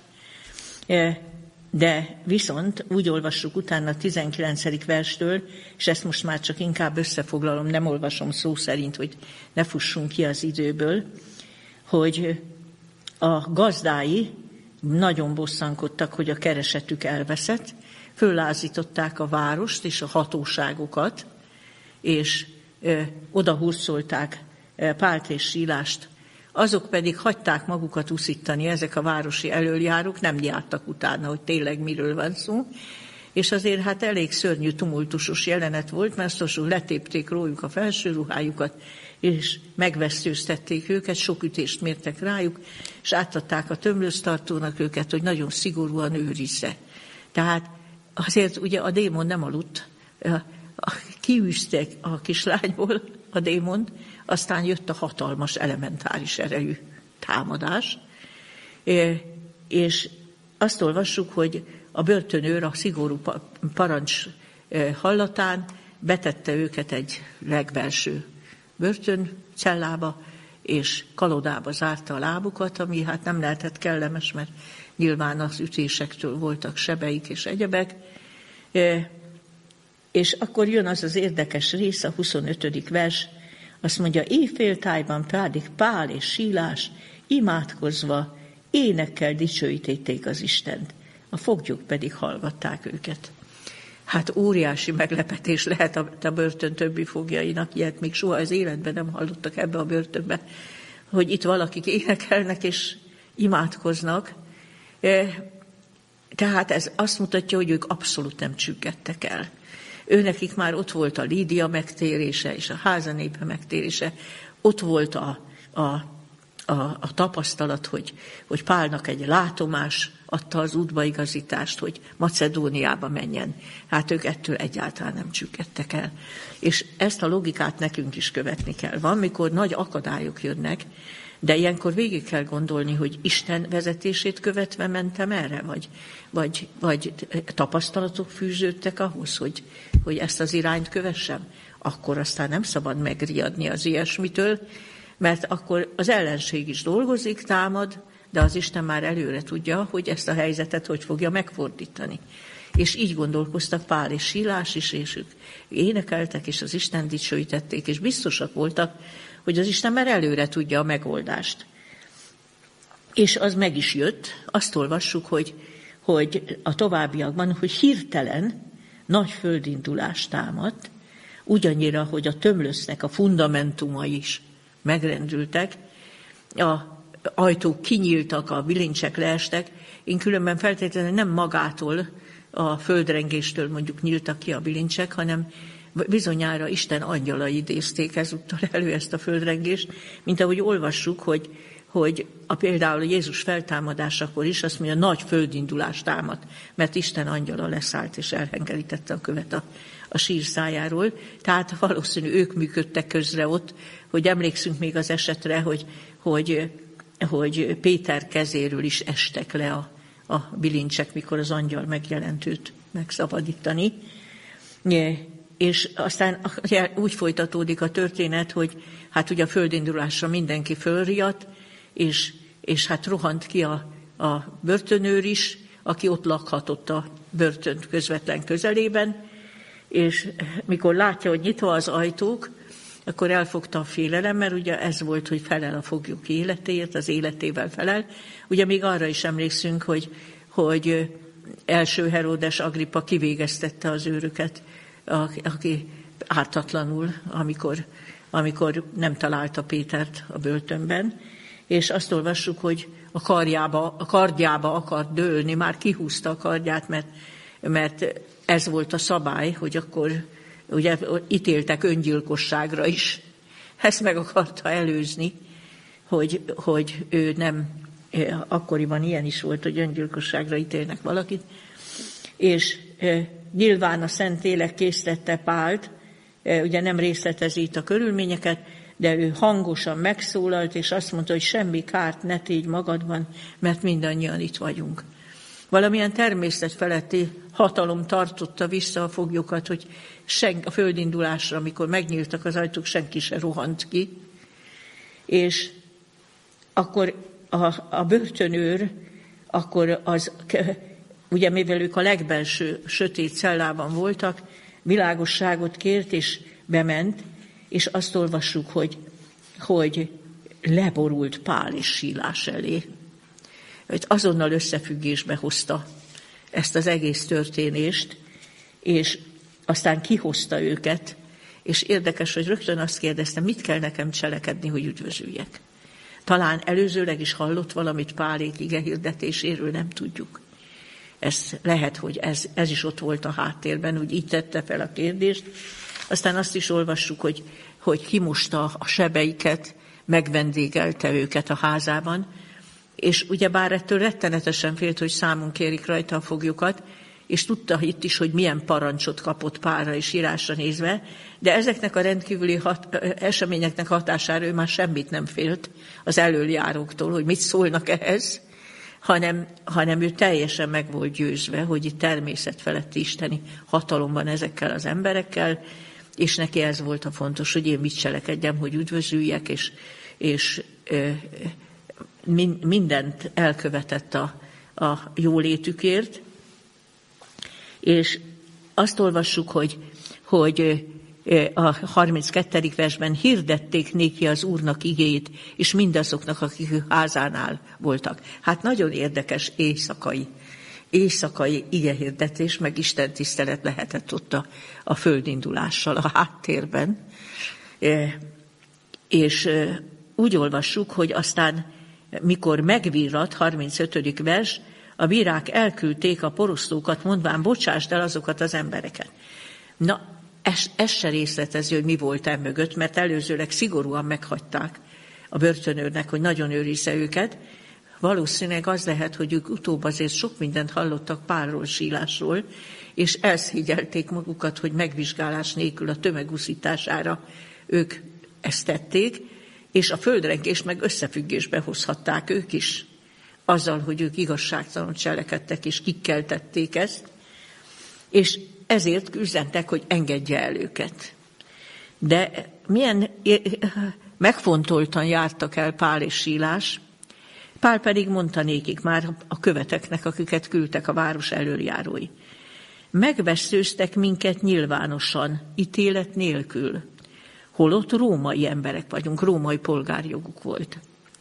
De viszont úgy olvassuk utána a tizenkilencedik verstől, és ezt most már csak inkább összefoglalom, nem olvasom szó szerint, hogy ne fussunk ki az időből, hogy a gazdái nagyon bosszankodtak, hogy a keresetük elveszett, föllázították a várost és a hatóságokat, és ö, oda hurcolták ö, Pált és Sílást. Azok pedig hagyták magukat uszítani, ezek a városi elöljárók, nem jártak utána, hogy tényleg miről van szó. És azért hát elég szörnyű, tumultusos jelenet volt, mert aztán letépték róluk a felső ruhájukat, és megvesztőztették őket, sok ütést mértek rájuk, és átadták a tömlősztartónak őket, hogy nagyon szigorúan őrizze. Tehát azért ugye a démon nem aludt, kiűzték a kislányból a démont, aztán jött a hatalmas elementáris erejű támadás, és azt olvassuk, hogy a börtönőr a szigorú parancs hallatán betette őket egy legbelső börtöncellába, és kalodába zárta a lábukat, ami hát nem lehetett kellemes, mert nyilván az ütésektől voltak sebeik és egyebek. És akkor jön az az érdekes rész, a huszonötödik vers, azt mondja, éjféltájban pedig Pál és Sílás imádkozva énekkel dicsőítették az Istent, a foglyok pedig hallgatták őket. Hát óriási meglepetés lehet a, a börtön többi fogjainak, ilyet még soha az életben nem hallottak ebbe a börtönbe, hogy itt valakik énekelnek és imádkoznak. Tehát ez azt mutatja, hogy ők abszolút nem csüggedtek el. Őnekik már ott volt a Lídia megtérése és a házanépe megtérése, ott volt a, a, a, a tapasztalat, hogy, hogy Pálnak egy látomás adta az útbaigazítást, hogy Macedóniába menjen. Hát ők ettől egyáltalán nem csüggedtek el. És ezt a logikát nekünk is követni kell. Van, mikor nagy akadályok jönnek, de ilyenkor végig kell gondolni, hogy Isten vezetését követve mentem erre, vagy, vagy, vagy tapasztalatok fűződtek ahhoz, hogy, hogy ezt az irányt kövessem. Akkor aztán nem szabad megriadni az ilyesmitől, mert akkor az ellenség is dolgozik, támad, de az Isten már előre tudja, hogy ezt a helyzetet hogy fogja megfordítani. És így gondolkoztak Pál és Sílás is, és ők énekeltek, és az Isten dicsőítették, és biztosak voltak, hogy az Isten már előre tudja a megoldást. És az meg is jött, azt olvassuk, hogy, hogy a továbbiakban, hogy hirtelen nagy földindulás támadt, ugyannyira, hogy a tömlösznek a fundamentuma is megrendültek, a ajtók kinyíltak, a bilincsek leestek, én különben feltétlenül nem magától, a földrengéstől mondjuk nyíltak ki a bilincsek, hanem bizonyára Isten angyalai idézték ezúttal elő ezt a földrengést, mint ahogy olvassuk, hogy, hogy a, például Jézus feltámadásakor is azt mondja, nagy földindulás támadt, mert Isten angyala leszállt és elhengerítette a követ a, a sír szájáról. Tehát valószínű ők működtek közre ott, hogy emlékszünk még az esetre, hogy, hogy, hogy Péter kezéről is estek le a, a bilincsek, mikor az angyal megjelent őt megszabadítani. És aztán úgy folytatódik a történet, hogy hát ugye a földindulásra mindenki fölriadt, és, és hát rohant ki a, a börtönőr is, aki ott lakhatott a börtön közvetlen közelében, és mikor látja, hogy nyitva az ajtók, akkor elfogta a félelem, mert ugye ez volt, hogy felel a foglyok életéért, az életével felel. Ugye még arra is emlékszünk, hogy, hogy első Heródes Agrippa kivégeztette az őröket, aki ártatlanul, amikor, amikor nem találta Pétert a börtönben, és azt olvassuk, hogy a kardjába, a kardjába akart dőlni, már kihúzta a kardját, mert, mert ez volt a szabály, hogy akkor ugye ítéltek öngyilkosságra is. Ezt meg akarta előzni, hogy, hogy ő nem, akkoriban ilyen is volt, hogy öngyilkosságra ítélnek valakit, és nyilván a Szentlélek késztette Pált, ugye nem részletezi itt a körülményeket, de ő hangosan megszólalt, és azt mondta, hogy semmi kárt ne tégy magadban, mert mindannyian itt vagyunk. Valamilyen természetfeletti hatalom tartotta vissza a foglyokat, hogy sen, a földindulásra, amikor megnyíltak az ajtók, senki se rohant ki. És akkor a, a börtönőr, akkor az... Ugye, mivel ők a legbelső sötét cellában voltak, világosságot kért, és bement, és azt olvassuk, hogy, hogy leborult Pál és Sílás elé. hogy azonnal összefüggésbe hozta ezt az egész történést, és aztán kihozta őket, és érdekes, hogy rögtön azt kérdeztem, mit kell nekem cselekedni, hogy üdvözüljek. Talán előzőleg is hallott valamit Pálék igehirdetéséről, nem tudjuk. Ez lehet, hogy ez, ez is ott volt a háttérben, úgy így tette fel a kérdést. Aztán azt is olvassuk, hogy, hogy kimosta a sebeiket, megvendégelte őket a házában, és ugyebár ettől rettenetesen félt, hogy számon kérik rajta a foglyokat, és tudta itt is, hogy milyen parancsot kapott Pálra és írásra nézve, de ezeknek a rendkívüli hat, eseményeknek hatására ő már semmit nem félt az elöljáróktól, hogy mit szólnak ehhez, hanem, hanem ő teljesen meg volt győzve, hogy itt természetfeletti isteni hatalom van ezekkel az emberekkel, és neki ez volt a fontos, hogy én mit cselekedjem, hogy üdvözüljek, és, és ö, mindent elkövetett a, a jólétükért. És azt olvassuk, hogy, hogy a harminckettedik versben hirdették néki az Úrnak igéjét, és mindazoknak, akik házánál voltak. Hát nagyon érdekes éjszakai, éjszakai igehirdetés, meg Isten tisztelet lehetett ott a, a földindulással a háttérben. És úgy olvassuk, hogy aztán, mikor megvirrat, harmincötödik vers, a bírák elküldték a poroszlókat, mondván, bocsásd el azokat az embereket. Na, ez, ez se részletező, hogy mi volt e mögött, mert előzőleg szigorúan meghagyták a börtönőrnek, hogy nagyon őrizze őket. Valószínűleg az lehet, hogy ők utóbb azért sok mindent hallottak Pálról, Sílásról, és elszégyelték magukat, hogy megvizsgálás nélkül a tömegúszítására ők ezt tették, és a földrengést meg összefüggésbe hozhatták ők is, azzal, hogy ők igazságtalanul cselekedtek, és kikkel tették ezt, és ezért üzentek, hogy engedje el őket. De milyen megfontoltan jártak el Pál és Sílás, Pál pedig mondta nékik már a követeknek, akiket küldtek a város elöljárói. Megvesszőztek minket nyilvánosan, ítélet nélkül, holott római emberek vagyunk, római polgárjoguk volt.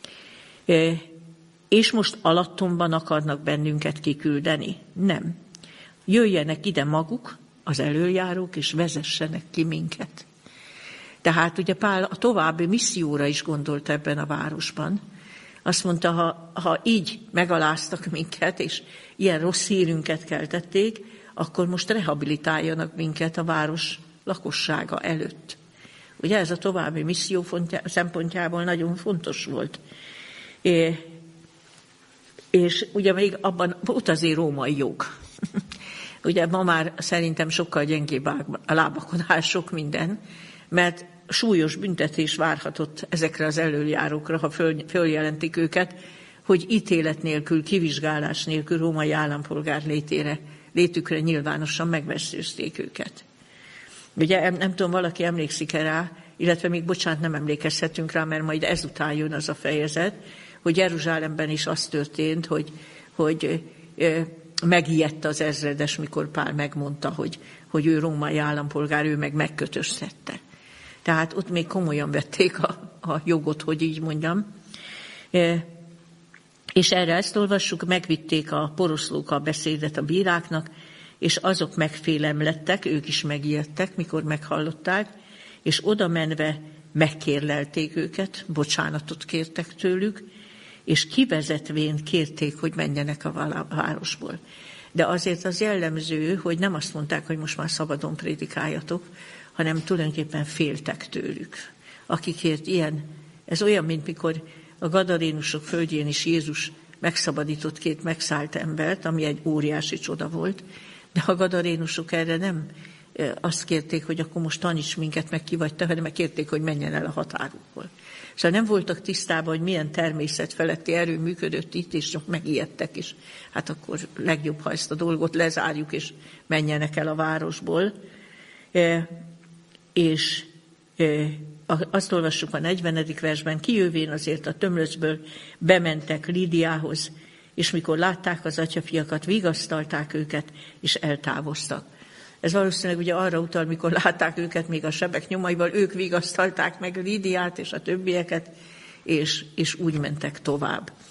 És most alattomban akarnak bennünket kiküldeni? Nem. Jöjjenek ide maguk, az elöljárók, és vezessenek ki minket. Tehát ugye Pál a további misszióra is gondolt ebben a városban. Azt mondta, ha, ha így megaláztak minket, és ilyen rossz hírünket keltették, akkor most rehabilitáljanak minket a város lakossága előtt. Ugye ez a további misszió szempontjából nagyon fontos volt. É, és ugye még abban volt azért római jog. Ugye ma már szerintem sokkal gyengébb a lábakon áll sok minden, mert súlyos büntetés várhatott ezekre az elöljárókra, ha föl, följelentik őket, hogy ítélet nélkül, kivizsgálás nélkül római állampolgár létére, létükre nyilvánosan megvesszőzték őket. Ugye nem tudom, valaki emlékszik-e rá, illetve még bocsánat, nem emlékezhetünk rá, mert majd ezután jön az a fejezet, hogy Jeruzsálemben is az történt, hogy, hogy megijedt az ezredes, mikor Pál megmondta, hogy, hogy ő római állampolgár, ő meg megkötöztette. Tehát ott még komolyan vették a, a jogot, hogy így mondjam. És erre ezt olvassuk, megvitték a poroszlók a beszédet a bíráknak, és azok megfélemlettek, ők is megijedtek, mikor meghallották, és oda menve megkérlelték őket, bocsánatot kértek tőlük, és kivezetvén kérték, hogy menjenek a városból. De azért az jellemző, hogy nem azt mondták, hogy most már szabadon prédikáljatok, hanem tulajdonképpen féltek tőlük. Akikért ilyen, ez olyan, mint mikor a gadarénusok földjén is Jézus megszabadított két megszállt embert, ami egy óriási csoda volt, de a gadarénusok erre nem azt kérték, hogy akkor most taníts minket, meg ki vagy te, hanem kérték, hogy menjen el a határukból. Szóval nem voltak tisztában, hogy milyen természetfeletti erő működött itt, és csak megijedtek, és hát akkor legjobb, ha ezt a dolgot lezárjuk, és menjenek el a városból. E, és e, azt olvassuk a negyvenedik versben, kijövén azért a tömlöcből bementek Lídiához, és mikor látták az atyafiakat, vigasztalták őket, és eltávoztak. Ez valószínűleg ugye arra utal, mikor látták őket még a sebek nyomaival, ők vigasztalták meg Lídiát és a többieket, és, és úgy mentek tovább.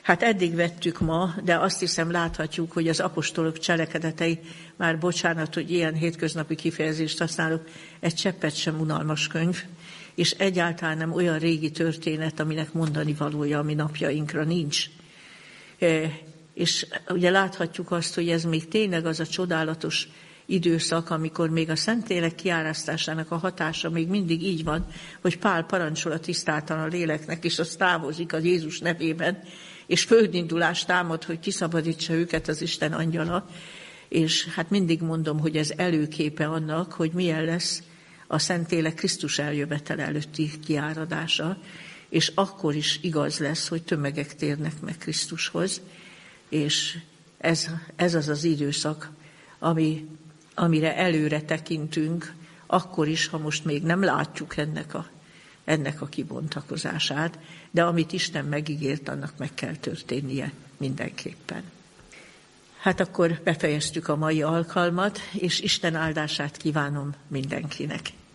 Hát eddig vettük ma, de azt hiszem láthatjuk, hogy az apostolok cselekedetei, már bocsánat, hogy ilyen hétköznapi kifejezést használok, egy cseppet sem unalmas könyv, és egyáltalán nem olyan régi történet, aminek mondani valója, ami napjainkra nincs. E, és ugye láthatjuk azt, hogy ez még tényleg az a csodálatos időszak, amikor még a Szentlélek kiárasztásának a hatása még mindig így van, hogy Pál parancsol a tisztátalan léleknek, és az távozik a Jézus nevében, és földindulás támad, hogy kiszabadítsa őket az Isten angyala, és hát mindig mondom, hogy ez előképe annak, hogy milyen lesz a Szentlélek Krisztus eljövetel előtti kiáradása, és akkor is igaz lesz, hogy tömegek térnek meg Krisztushoz, és ez, ez az az időszak, ami, amire előre tekintünk, akkor is, ha most még nem látjuk ennek a, ennek a kibontakozását, de amit Isten megígért, annak meg kell történnie mindenképpen. Hát akkor befejeztük a mai alkalmat, és Isten áldását kívánom mindenkinek.